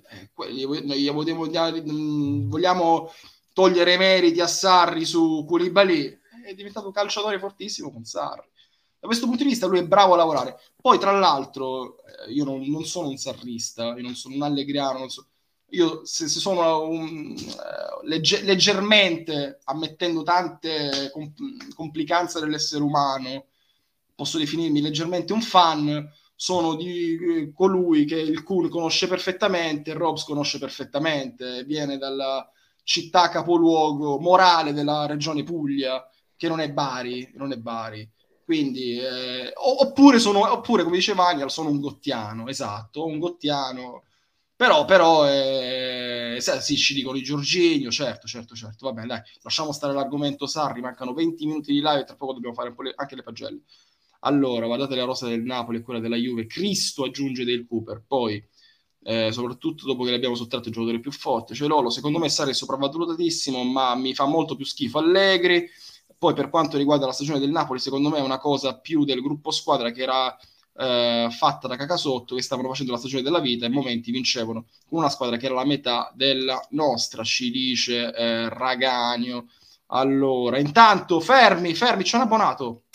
vogliamo togliere i meriti a Sarri su Koulibaly, è diventato un calciatore fortissimo con Sarri. Da questo punto di vista lui è bravo a lavorare. Poi tra l'altro io non sono un sarrista, io non sono un allegriano, io se sono leggermente, ammettendo tante complicanze dell'essere umano, posso definirmi leggermente un fan, sono di colui che il Kun conosce perfettamente, il Robs conosce perfettamente, viene dalla città capoluogo morale della regione Puglia, che non è Bari. Quindi, oppure, come diceva Aniel, sono un gottiano, esatto, un gottiano. Però sì, ci dicono i Giorginio, certo, va bene, dai, lasciamo stare l'argomento Sarri, mancano 20 minuti di live e tra poco dobbiamo fare un po' anche le pagelle. Allora, guardate la rosa del Napoli e quella della Juve, Cristo aggiunge Dale Cooper, poi soprattutto dopo che le abbiamo sottratto il giocatore più forte, cioè Lolo, secondo me Sarri è sopravvalutatissimo, ma mi fa molto più schifo Allegri. Poi per quanto riguarda la stagione del Napoli, secondo me è una cosa più del gruppo squadra che era fatta da Cacasotto, che stavano facendo la stagione della vita e in momenti vincevano con una squadra che era la metà della nostra, ci dice Raganio. Allora, intanto fermi, c'è un abbonato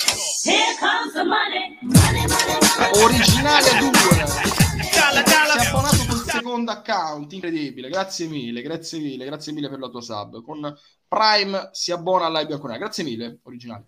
originale a 2, si è abbonato col secondo account, incredibile, grazie mille per la tua sub, con Prime si abbona alla Bianconera, grazie mille originale.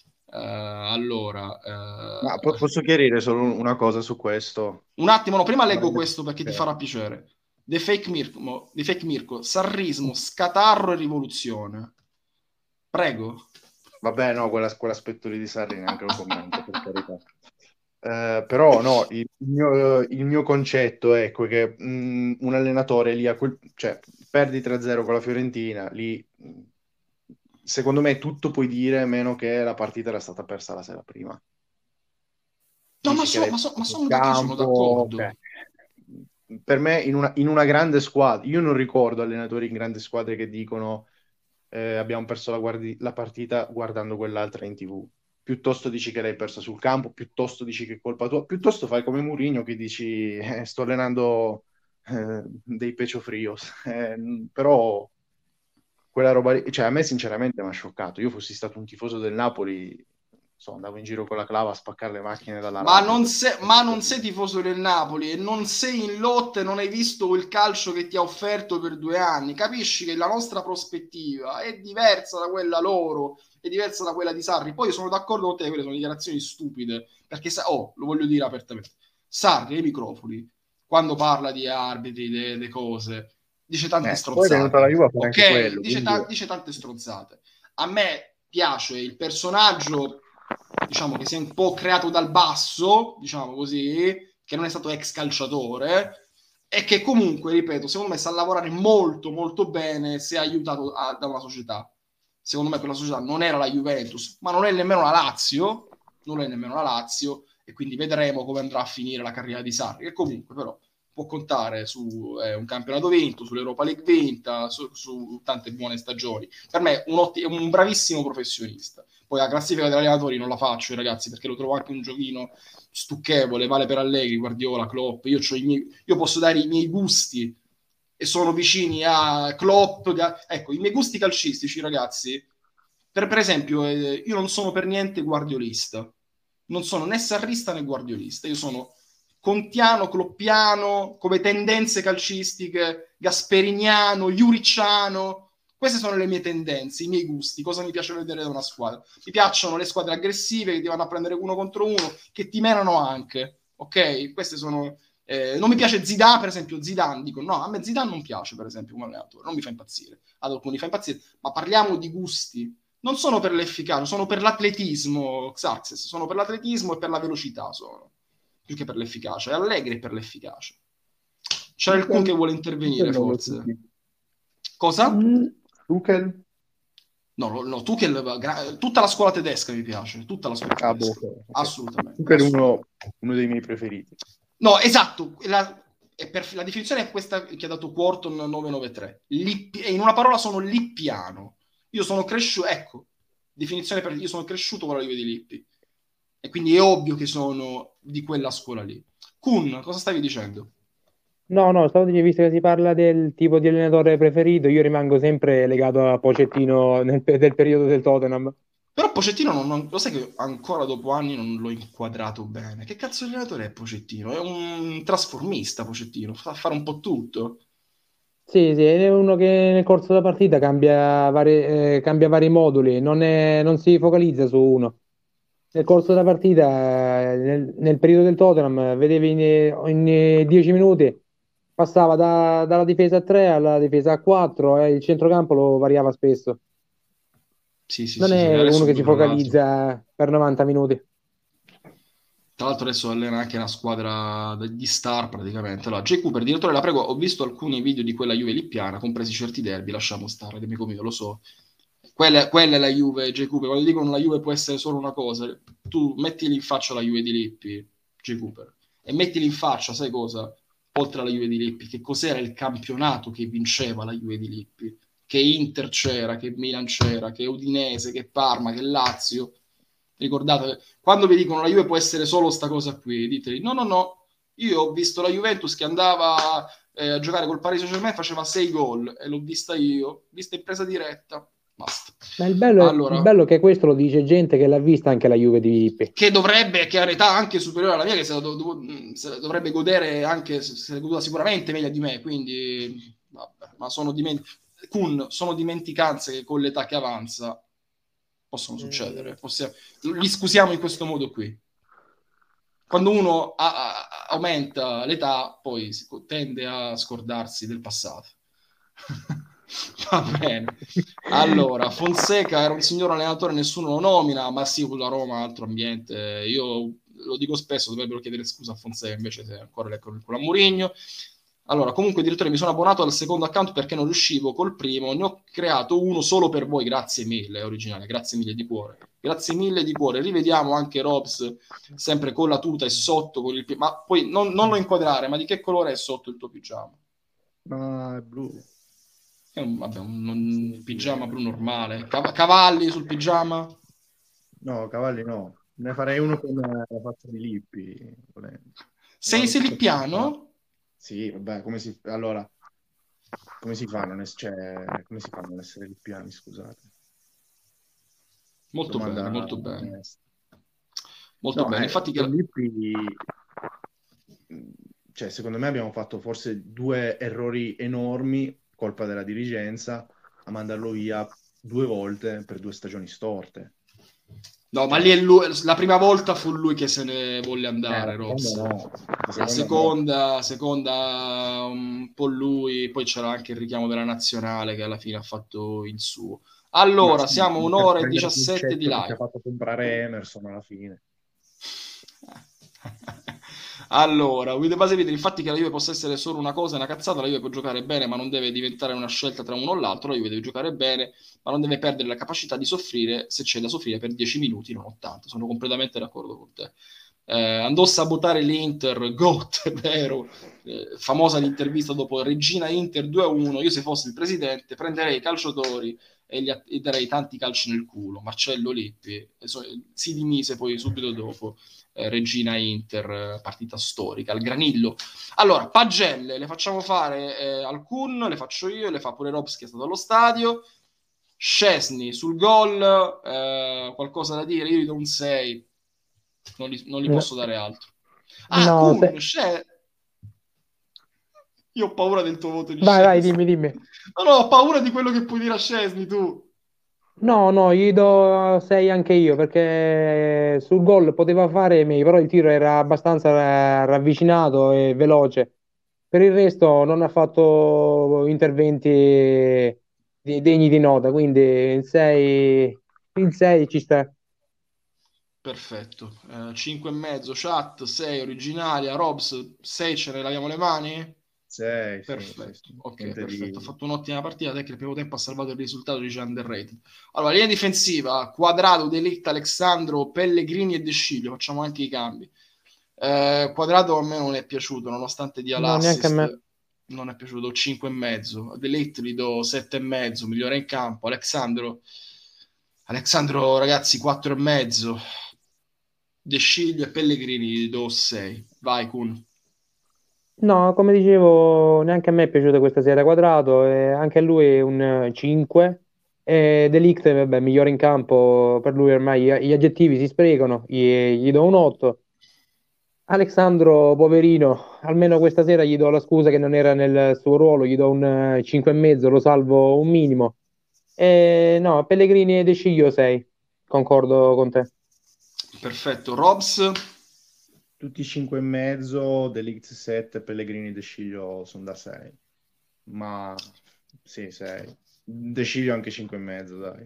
Allora, ma posso chiarire solo una cosa su questo? Un attimo, no, prima leggo questo perché ti farà piacere. The Fake Mirko, sarrismo, scatarro e rivoluzione. Prego. Vabbè, no, quell'aspetto lì di Sarri neanche lo commento, per carità. Però no, il mio concetto è che un allenatore lì cioè perdi 3-0 con la Fiorentina, lì secondo me tutto puoi dire, meno che la partita era stata persa la sera prima. No, ma sono d'accordo. Okay. Per me in una grande squadra, io non ricordo allenatori in grandi squadre che dicono abbiamo perso la partita guardando quell'altra in TV. Piuttosto dici che l'hai persa sul campo, piuttosto dici che è colpa tua, piuttosto fai come Mourinho che dici sto allenando dei Pecho Frios. Però quella roba lì, cioè a me sinceramente mi ha scioccato. Io fossi stato un tifoso del Napoli, andavo in giro con la clava a spaccare le macchine dalla ma non sei tifoso del Napoli e non sei in lotta e non hai visto il calcio che ti ha offerto per 2 anni. Capisci che la nostra prospettiva è diversa da quella loro, è diversa da quella di Sarri. Poi sono d'accordo con te, quelle sono dichiarazioni stupide, perché lo voglio dire apertamente, Sarri ai microfoni, quando parla di arbitri, delle cose, dice tante stronzate. Poi la Juve a fare ok, anche quello, dice tante stronzate. A me piace il personaggio, diciamo, che si è un po' creato dal basso, diciamo così, che non è stato ex calciatore e che comunque, ripeto, secondo me sa lavorare molto molto bene se aiutato da una società. Secondo me quella società non era la Juventus, ma non è nemmeno la Lazio, e quindi vedremo come andrà a finire la carriera di Sarri, che comunque però può contare su un campionato vinto, sull'Europa League vinta, su tante buone stagioni. Per me è un bravissimo professionista. Poi la classifica degli allenatori non la faccio, ragazzi, perché lo trovo anche un giochino stucchevole, vale per Allegri, Guardiola, Klopp. Io posso dare i miei gusti e sono vicini a Klopp. Ecco, i miei gusti calcistici, ragazzi, per esempio, io non sono per niente guardiolista. Non sono né sarrista né guardiolista. Io sono contiano, cloppiano, come tendenze calcistiche, gasperiniano, juriciano. Queste sono le mie tendenze, i miei gusti, cosa mi piace vedere da una squadra. Mi piacciono le squadre aggressive che ti vanno a prendere uno contro uno, che ti menano anche, ok? Queste sono... non mi piace Zidane, per esempio, dico no, a me Zidane non piace, per esempio, come allenatore, non mi fa impazzire. Ad alcuni fa impazzire, ma parliamo di gusti. Non sono per l'efficacia, sono per l'atletismo, Xarxes, sono per l'atletismo e per la velocità, sono più che per l'efficacia. È Allegri per l'efficacia. C'era il Kun che vuole intervenire, forse. Cosa? Tuchel? No, tu che tutta la scuola tedesca mi piace, tutta la scuola tedesca, ok. assolutamente. Per uno dei miei preferiti. No, esatto, la definizione è questa che ha dato Quarton 993. E in una parola sono lippiano. Io sono cresciuto, ecco, definizione per io sono cresciuto con la Juve di Lippi. E quindi è ovvio che sono di quella scuola lì. Kun, cosa stavi dicendo? No, stavo dicendo, visto che si parla del tipo di allenatore preferito, io rimango sempre legato a Pochettino del periodo del Tottenham. Però Pochettino lo sai che ancora dopo anni non l'ho inquadrato bene. Che cazzo di allenatore è Pochettino? È un trasformista Pochettino, fa fare un po' tutto. Sì, è uno che nel corso della partita cambia vari moduli, non si focalizza su uno. Nel corso della partita, nel periodo del Tottenham, vedevi in 10 minuti, passava dalla difesa a 3 alla difesa a 4 e il centrocampo lo variava spesso. Sì, sì, Non sì, sì. è Adesso uno che lui, si tra l'altro, focalizza per 90 minuti. adesso allena anche una squadra di star praticamente. Allora, J. Cooper, direttore, la prego, ho visto alcuni video di quella Juve lippiana, compresi certi derby, lasciamo stare, amico mio, lo so. Quella è la Juve, J. Cooper. Quando dicono la Juve può essere solo una cosa, tu mettili in faccia la Juve di Lippi, J. Cooper, e mettili in faccia, sai cosa? Oltre alla Juve di Lippi, che cos'era il campionato che vinceva la Juve di Lippi? Che Inter c'era, che Milan c'era, che Udinese, che Parma, che Lazio. Ricordate, quando vi dicono la Juve può essere solo sta cosa qui, diteli no, io ho visto la Juventus che andava a giocare col Paris Saint-Germain, faceva 6 gol e l'ho vista in presa diretta, basta. Ma il Allora, bello è che questo lo dice gente che l'ha vista anche la Juve di Lippi. che dovrebbe, che ha un'età anche superiore alla mia, che se la dovrebbe godere anche, se la goduta sicuramente meglio di me, quindi, vabbè, ma sono dimenticanze che con l'età che avanza possono succedere. Li scusiamo in questo modo qui. Quando uno aumenta l'età, poi tende a scordarsi del passato. Va bene. Allora, Fonseca era un signor allenatore, nessuno lo nomina, ma sì, con la Roma, altro ambiente. Io lo dico spesso, dovrebbero chiedere scusa a Fonseca, invece se ancora con a Mourinho. Allora, comunque, direttore, mi sono abbonato al secondo account perché non riuscivo col primo. Ne ho creato uno solo per voi. Grazie mille, è originale. Grazie mille di cuore. Grazie mille di cuore. Rivediamo anche Robs, sempre con la tuta e sotto con il ma poi non lo inquadrare, ma di che colore è sotto il tuo pigiama? Ma è blu. È un pigiama blu normale. Cavalli sul pigiama? No, cavalli no. Ne farei uno con la faccia di Lippi, volendo. Sei lippiano? Sì, vabbè, allora, come si fa a non come si fa a non essere lippiani, scusate. Molto bene, Domanda molto bene. onesta. Molto bene. Infatti con Lippi, cioè, secondo me abbiamo fatto forse 2 errori enormi, colpa della dirigenza, a mandarlo via 2 volte per 2 stagioni storte. No, ma lì è lui, la prima volta fu lui che se ne volle andare, Robs. No. La seconda un po' lui, poi c'era anche il richiamo della nazionale che alla fine ha fatto il suo. Allora, sì, siamo un'ora e 17 di live. Che ha fatto comprare Emerson alla fine. Allora, With the Base Video, infatti che la Juve possa essere solo una cosa, una cazzata, la Juve può giocare bene, ma non deve diventare una scelta tra uno o l'altro, la Juve deve giocare bene, ma non deve perdere la capacità di soffrire se c'è da soffrire per 10 minuti, non 80. Sono completamente d'accordo con te. Andò a sabotare l'Inter, GOT, è vero, famosa l'intervista dopo Regina Inter 2-1, io se fossi il presidente prenderei i calciatori e gli darei tanti calci nel culo. Marcello Lippi si dimise poi subito dopo. Regina Inter, partita storica, al Granillo. Allora, pagelle, le facciamo fare al Kun, le faccio io, le fa pure Robs che è stato allo stadio. Szczesny sul gol, qualcosa da dire? Io gli do un 6, non gli posso dare altro. No, Kun, io ho paura del tuo voto di vai, Szczesny. dimmi. No, ho paura di quello che puoi dire a Szczesny tu. No, gli do 6 anche io perché sul gol poteva fare meglio, però il tiro era abbastanza ravvicinato e veloce. Per il resto non ha fatto interventi degni di nota, quindi il 6 ci sta. Perfetto. 5 e mezzo chat, 6 originaria, Robs, 6 ce ne laviamo le mani? 6, sì, Perfetto, sì. ok, Niente perfetto. Ha di... fatto un'ottima partita, te che il primo tempo ha salvato il risultato, dice underrated. Allora, linea difensiva, Quadrado, De Ligt, Alexandro, Pellegrini e De Sciglio, facciamo anche i cambi. Quadrado a me non è piaciuto, nonostante dia No, neanche a me. l'assist, non è piaciuto, 5,5. De Ligt gli do 7,5, migliore in campo. Alexandro, ragazzi, 4,5. De Sciglio e Pellegrini gli do 6. Vai, Kun. No, come dicevo, neanche a me è piaciuta questa sera Quadrato, e anche a lui un 5. E De Ligt, vabbè, migliore in campo, per lui ormai gli aggettivi si sprecano, gli do un 8. Alexandro, poverino, almeno questa sera gli do la scusa che non era nel suo ruolo, gli do un 5,5, lo salvo un minimo. E no, Pellegrini e De Sciglio 6, concordo con te. Perfetto. Robs? Tutti 5,5, Delix 7, Pellegrini De Sciglio sono da 6. Ma sì, 6. De Sciglio anche 5,5, dai.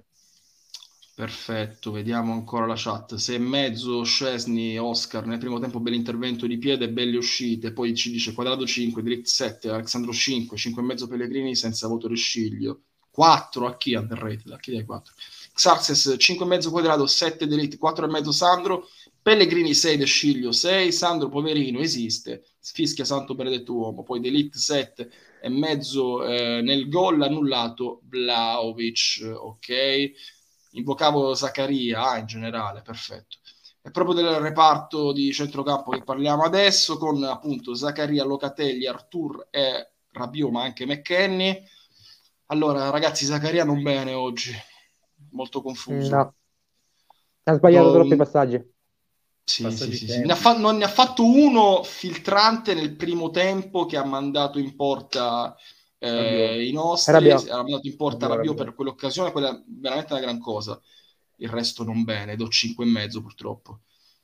Perfetto, vediamo ancora la chat. 6,5, Szczesny, Oscar, nel primo tempo bell'intervento di piede, belle uscite, poi ci dice Quadrado 5, Delict 7, Alexandro 5, 5,5 Pellegrini senza voto Resciglio. 4 a chi underrated? A chi dai 4? Xarxes 5,5 Quadrado, 7 Delict, 4,5 Sandro, Pellegrini 6, Desciglio 6, Sandro poverino esiste, fischia santo benedetto uomo, poi Delict 7 e mezzo nel gol annullato Vlahovic, ok? Invocavo Zaccaria, in generale, perfetto. È proprio del reparto di centrocampo che parliamo adesso, con appunto Zaccaria, Locatelli, Artur e Rabiot, ma anche McKennie. Allora, ragazzi, Zaccaria non bene oggi, molto confuso. No, ha sbagliato troppi Um, passaggi. sì, sì, Passaggi sì, sì. semplici. Non ne ha fatto uno filtrante nel primo tempo che ha mandato in porta Rabiot. i nostri, Rabiot. ha mandato in porta Rabiot Rabiot. per quell'occasione, quella è veramente una gran cosa. Il resto non bene, do 5,5 purtroppo.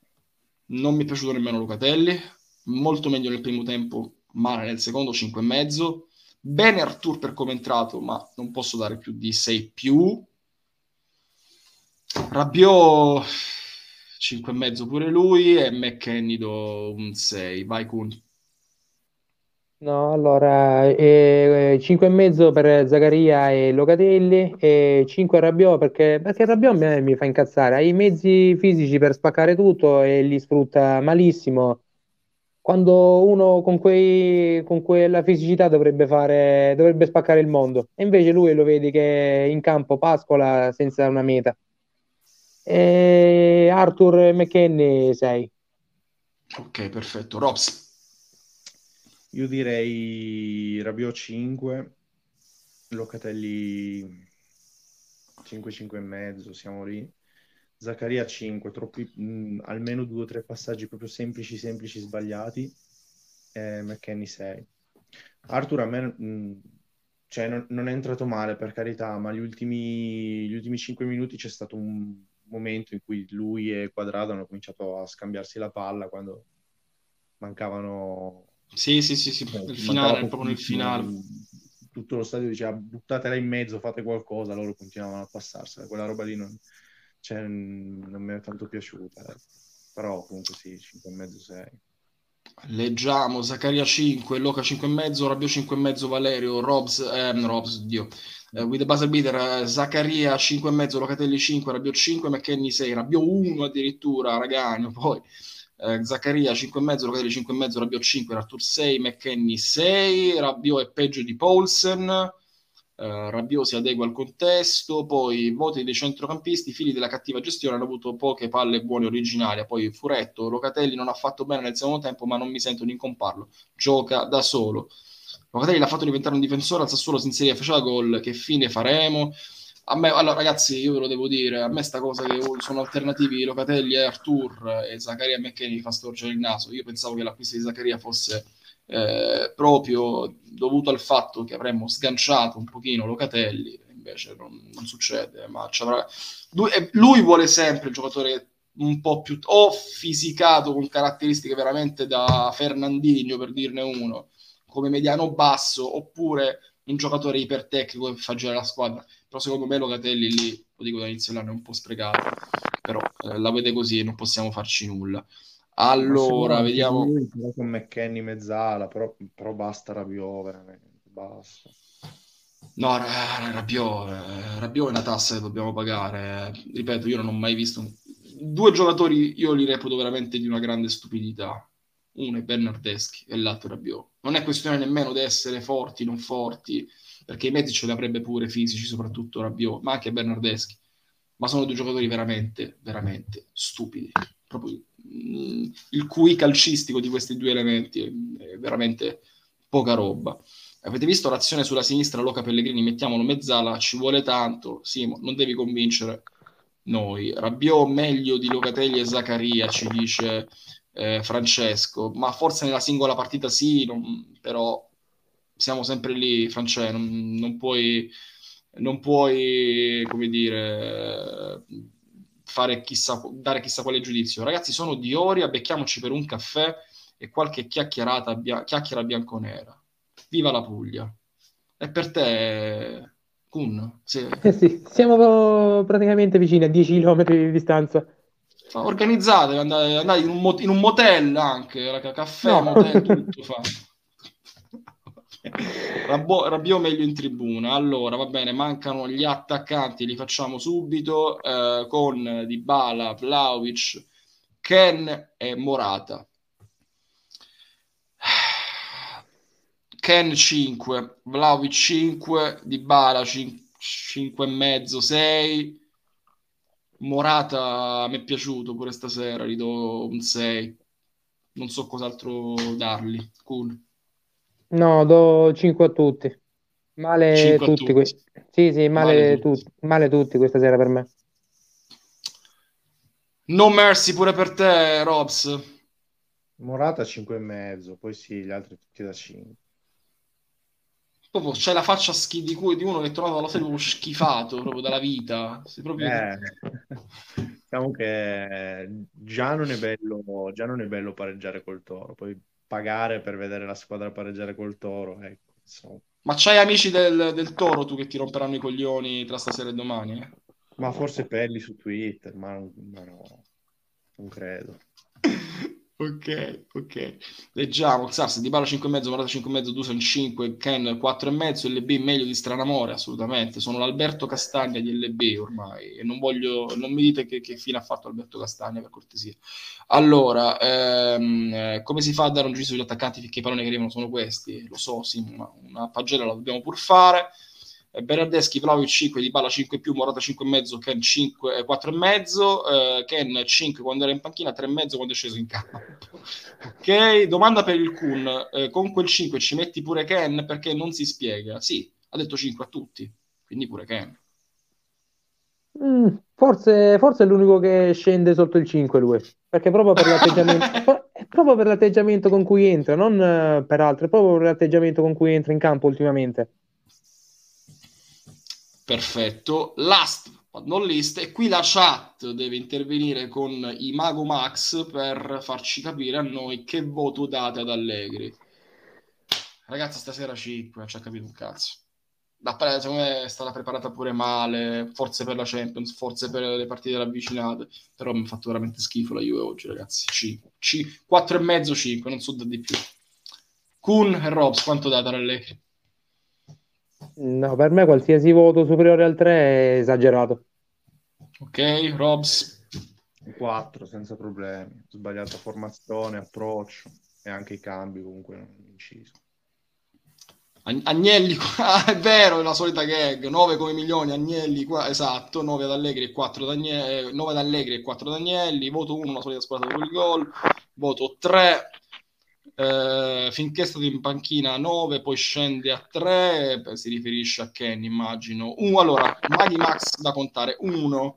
Non mi è piaciuto nemmeno Locatelli, molto meglio nel primo tempo, male nel secondo, 5,5. Bene Artur per come è entrato, ma non posso dare più di 6 più. Rabiot 5,5 pure lui e McKennie do un 6. Vai Kun. No, allora, 5,5 per Zaccaria e Locatelli e 5 a Rabiot perché Rabiot a me mi fa incazzare, ha i mezzi fisici per spaccare tutto e li sfrutta malissimo. Quando uno con quella fisicità dovrebbe spaccare il mondo. E invece lui lo vedi che in campo pascola senza una meta. E Arthur McKennie 6. Ok, perfetto. Robs. Io direi Rabiot 5, Locatelli 5, 5,5, siamo lì. Zaccaria 5, almeno 2 o 3 passaggi proprio semplici, semplici, sbagliati. McKennie 6. Arthur a me cioè, non è entrato male, per carità, ma gli ultimi 5 minuti c'è stato un momento in cui lui e Quadrado hanno cominciato a scambiarsi la palla quando mancavano Sì, sì, sì, sì, nel mancava finale, proprio nel pochissimo, finale. tutto lo stadio diceva buttatela in mezzo, fate qualcosa, loro continuavano a passarsela, quella roba lì cioè, non mi è tanto piaciuta, però comunque sì, 5,5, 6. Leggiamo Zaccaria 5, Loca 5,5, Rabiot 5,5, Valerio, Dio. With the buzzer beater, Zaccaria 5,5, Locatelli 5, Rabiot 5, McKennie 6, Rabiot 1 addirittura, Ragagno, poi Zaccaria 5,5, Locatelli 5,5, Rabiot 5, Artur 6, McKennie 6, Rabiot è peggio di Paulsen, Rabiot si adegua al contesto, poi voti dei centrocampisti, i figli della cattiva gestione hanno avuto poche palle buone originarie, poi Furetto, Locatelli non ha fatto bene nel secondo tempo, ma non mi sento di incomparlo, gioca da solo. Locatelli l'ha fatto diventare un difensore, al Sassuolo si inseria, faceva gol, che fine faremo? A me, allora ragazzi, io ve lo devo dire, a me sta cosa che sono alternativi Locatelli e Artur e Zaccaria e McKennie mi fa storcere il naso. Io pensavo che l'acquisto di Zaccaria fosse proprio dovuto al fatto che avremmo sganciato un pochino Locatelli, invece non succede, ma lui vuole sempre il giocatore un po' più o fisicato con caratteristiche veramente da Fernandinho, per dirne uno, come mediano basso, oppure un giocatore ipertecnico che fa girare la squadra. Però secondo me Locatelli lì, lo dico dall'inizio dell'anno, è un po' sprecato, però la vede così e non possiamo farci nulla. Allora, Massimo vediamo. lui, però con McKennie mezzala, però basta Rabiot, veramente, basta. No, Rabiot è una tassa che dobbiamo pagare. Ripeto, io non ho mai visto due giocatori, io li reputo veramente di una grande stupidità. Uno è Bernardeschi e l'altro è Rabiot. Non è questione nemmeno di essere forti, non forti, perché i mezzi ce li avrebbe pure fisici, soprattutto Rabiot, ma anche Bernardeschi. Ma sono due giocatori veramente, veramente stupidi. Proprio, il QI calcistico di questi due elementi è veramente poca roba. Avete visto l'azione sulla sinistra, Luca Pellegrini, mettiamolo mezzala, ci vuole tanto. Sì, non devi convincere noi. Rabiot meglio di Locatelli e Zaccaria, ci dice Francesco, ma forse nella singola partita sì, però siamo sempre lì, Francesco, non puoi, come dire, dare chissà quale giudizio. Ragazzi, sono di Oria, becchiamoci per un caffè e qualche chiacchiera bianconera. Viva la Puglia! E per te, Kun, Sì, siamo praticamente vicini a 10 km di distanza. organizzate, andate in un motel anche, caffè, No. motel, tutto fa. Rabiot meglio in tribuna. Allora, va bene, mancano gli attaccanti, li facciamo subito con Dybala, Vlahovic, Ken e Morata. Ken 5, Vlahovic 5, Dybala 5 e mezzo, 6. Morata mi è piaciuto pure stasera, gli do un 6. Non so cos'altro dargli. Cool. No, do 5 a tutti. Male 5 a tutti. tutti. Sì, sì, Male male, tutti. male tutti questa sera per me. No mercy pure per te, Robs. Morata 5,5, poi sì, gli altri tutti da 5. Proprio c'è la faccia di uno che è tornato dalla serie proprio schifato proprio dalla vita. Sei proprio... Diciamo che già non è bello pareggiare col Toro, poi pagare per vedere la squadra pareggiare col Toro, ecco, insomma. Ma c'hai amici del Toro tu che ti romperanno i coglioni tra stasera e domani? Ma forse Pelli su Twitter, ma no, non credo. Ok. Leggiamo, Xars, Dybala 5,5, Morata 5,5, Dusan 5, Ken 4,5, LB meglio di Stranamore, assolutamente. Sono l'Alberto Castagna di LB ormai e non mi dite che fine ha fatto Alberto Castagna, per cortesia. Allora, come si fa a dare un giudizio sugli attaccanti finché i palloni che arrivano sono questi? Lo so, sì, una pagella la dobbiamo pur fare. Bernardeschi, Vlahovic 5, Dybala 5 più, Morata 5,5, Ken 5, 4,5, Ken 5 quando era in panchina, 3,5 quando è sceso in campo. Ok, domanda per il Kun, con quel 5 ci metti pure Ken perché non si spiega? Sì, ha detto 5 a tutti, quindi pure Ken. Forse è l'unico che scende sotto il 5 lui, perché proprio per l'atteggiamento, è proprio per l'atteggiamento con cui entra, non per altro, è proprio per l'atteggiamento con cui entra in campo ultimamente. Perfetto, last but not least, e qui la chat deve intervenire con i Mago Max per farci capire a noi che voto date ad Allegri. Ragazzi, stasera 5, non ci ha capito un cazzo. Secondo me è stata preparata pure male, forse per la Champions, forse per le partite ravvicinate, però mi ha fatto veramente schifo la Juve oggi, ragazzi. 4,5, 5, non so da di più. Kun e Robs, quanto date ad Allegri? No, per me qualsiasi voto superiore al 3 è esagerato. Ok, Robs? 4 senza problemi, sbagliata formazione, approccio e anche i cambi comunque non inciso. Agnelli, è vero, è la solita gag, 9 come milioni, Agnelli qua, esatto, 9 ad Allegri e 4 ad Agnelli, 9 ad Allegri e 4 ad Agnelli, voto 1, la solita squadra per il gol, voto 3, finché è stato in panchina 9, poi scende a 3, si riferisce a Ken, immagino. Allora, Maghi Max da contare, 1,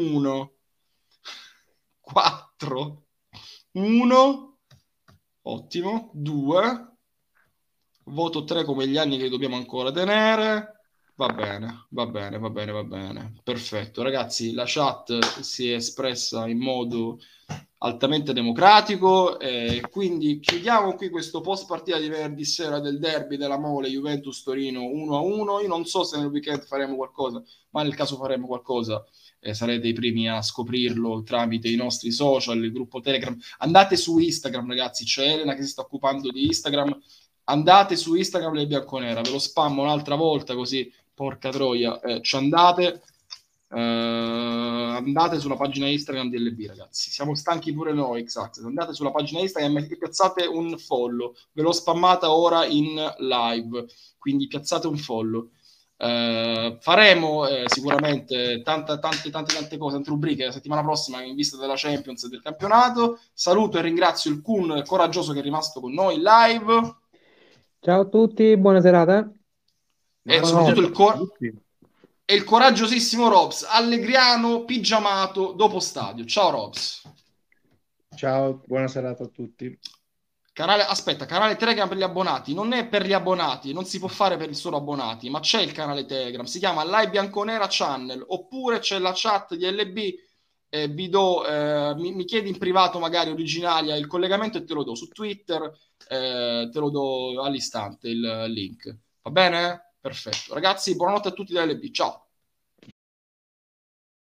4, 1, ottimo, 2, voto 3 come gli anni che dobbiamo ancora tenere. Va bene. Perfetto. Ragazzi, la chat si è espressa in modo altamente democratico quindi chiudiamo qui questo post partita di venerdì sera del derby della Mole Juventus Torino 1-1. Io non so se nel weekend faremo qualcosa, ma nel caso faremo qualcosa sarete i primi a scoprirlo tramite i nostri social, il gruppo Telegram. Andate su Instagram, ragazzi, c'è Elena che si sta occupando di Instagram. Andate su Instagram del Bianconera, ve lo spammo un'altra volta così, porca troia, ci andate. Andate sulla pagina Instagram di LB, ragazzi, siamo stanchi pure noi, Xaxis. Andate sulla pagina Instagram e piazzate un follow, ve l'ho spammata ora in live, quindi piazzate un follow. Faremo sicuramente tante cose, tante rubriche la settimana prossima in vista della Champions e del campionato. Saluto e ringrazio il Kun coraggioso che è rimasto con noi live. Ciao a tutti, buona serata. E soprattutto il coraggiosissimo Robs, allegriano, pigiamato, dopo stadio. Ciao Robs. Ciao, buona serata a tutti. Canale Telegram per gli abbonati. Non è per gli abbonati, non si può fare per i solo abbonati, ma c'è il canale Telegram, si chiama Live Bianconera Channel, oppure c'è la chat di LB, mi chiedi in privato magari originaria il collegamento e te lo do su Twitter, te lo do all'istante il link. Va bene? Perfetto. Ragazzi, buonanotte a tutti da LB. Ciao.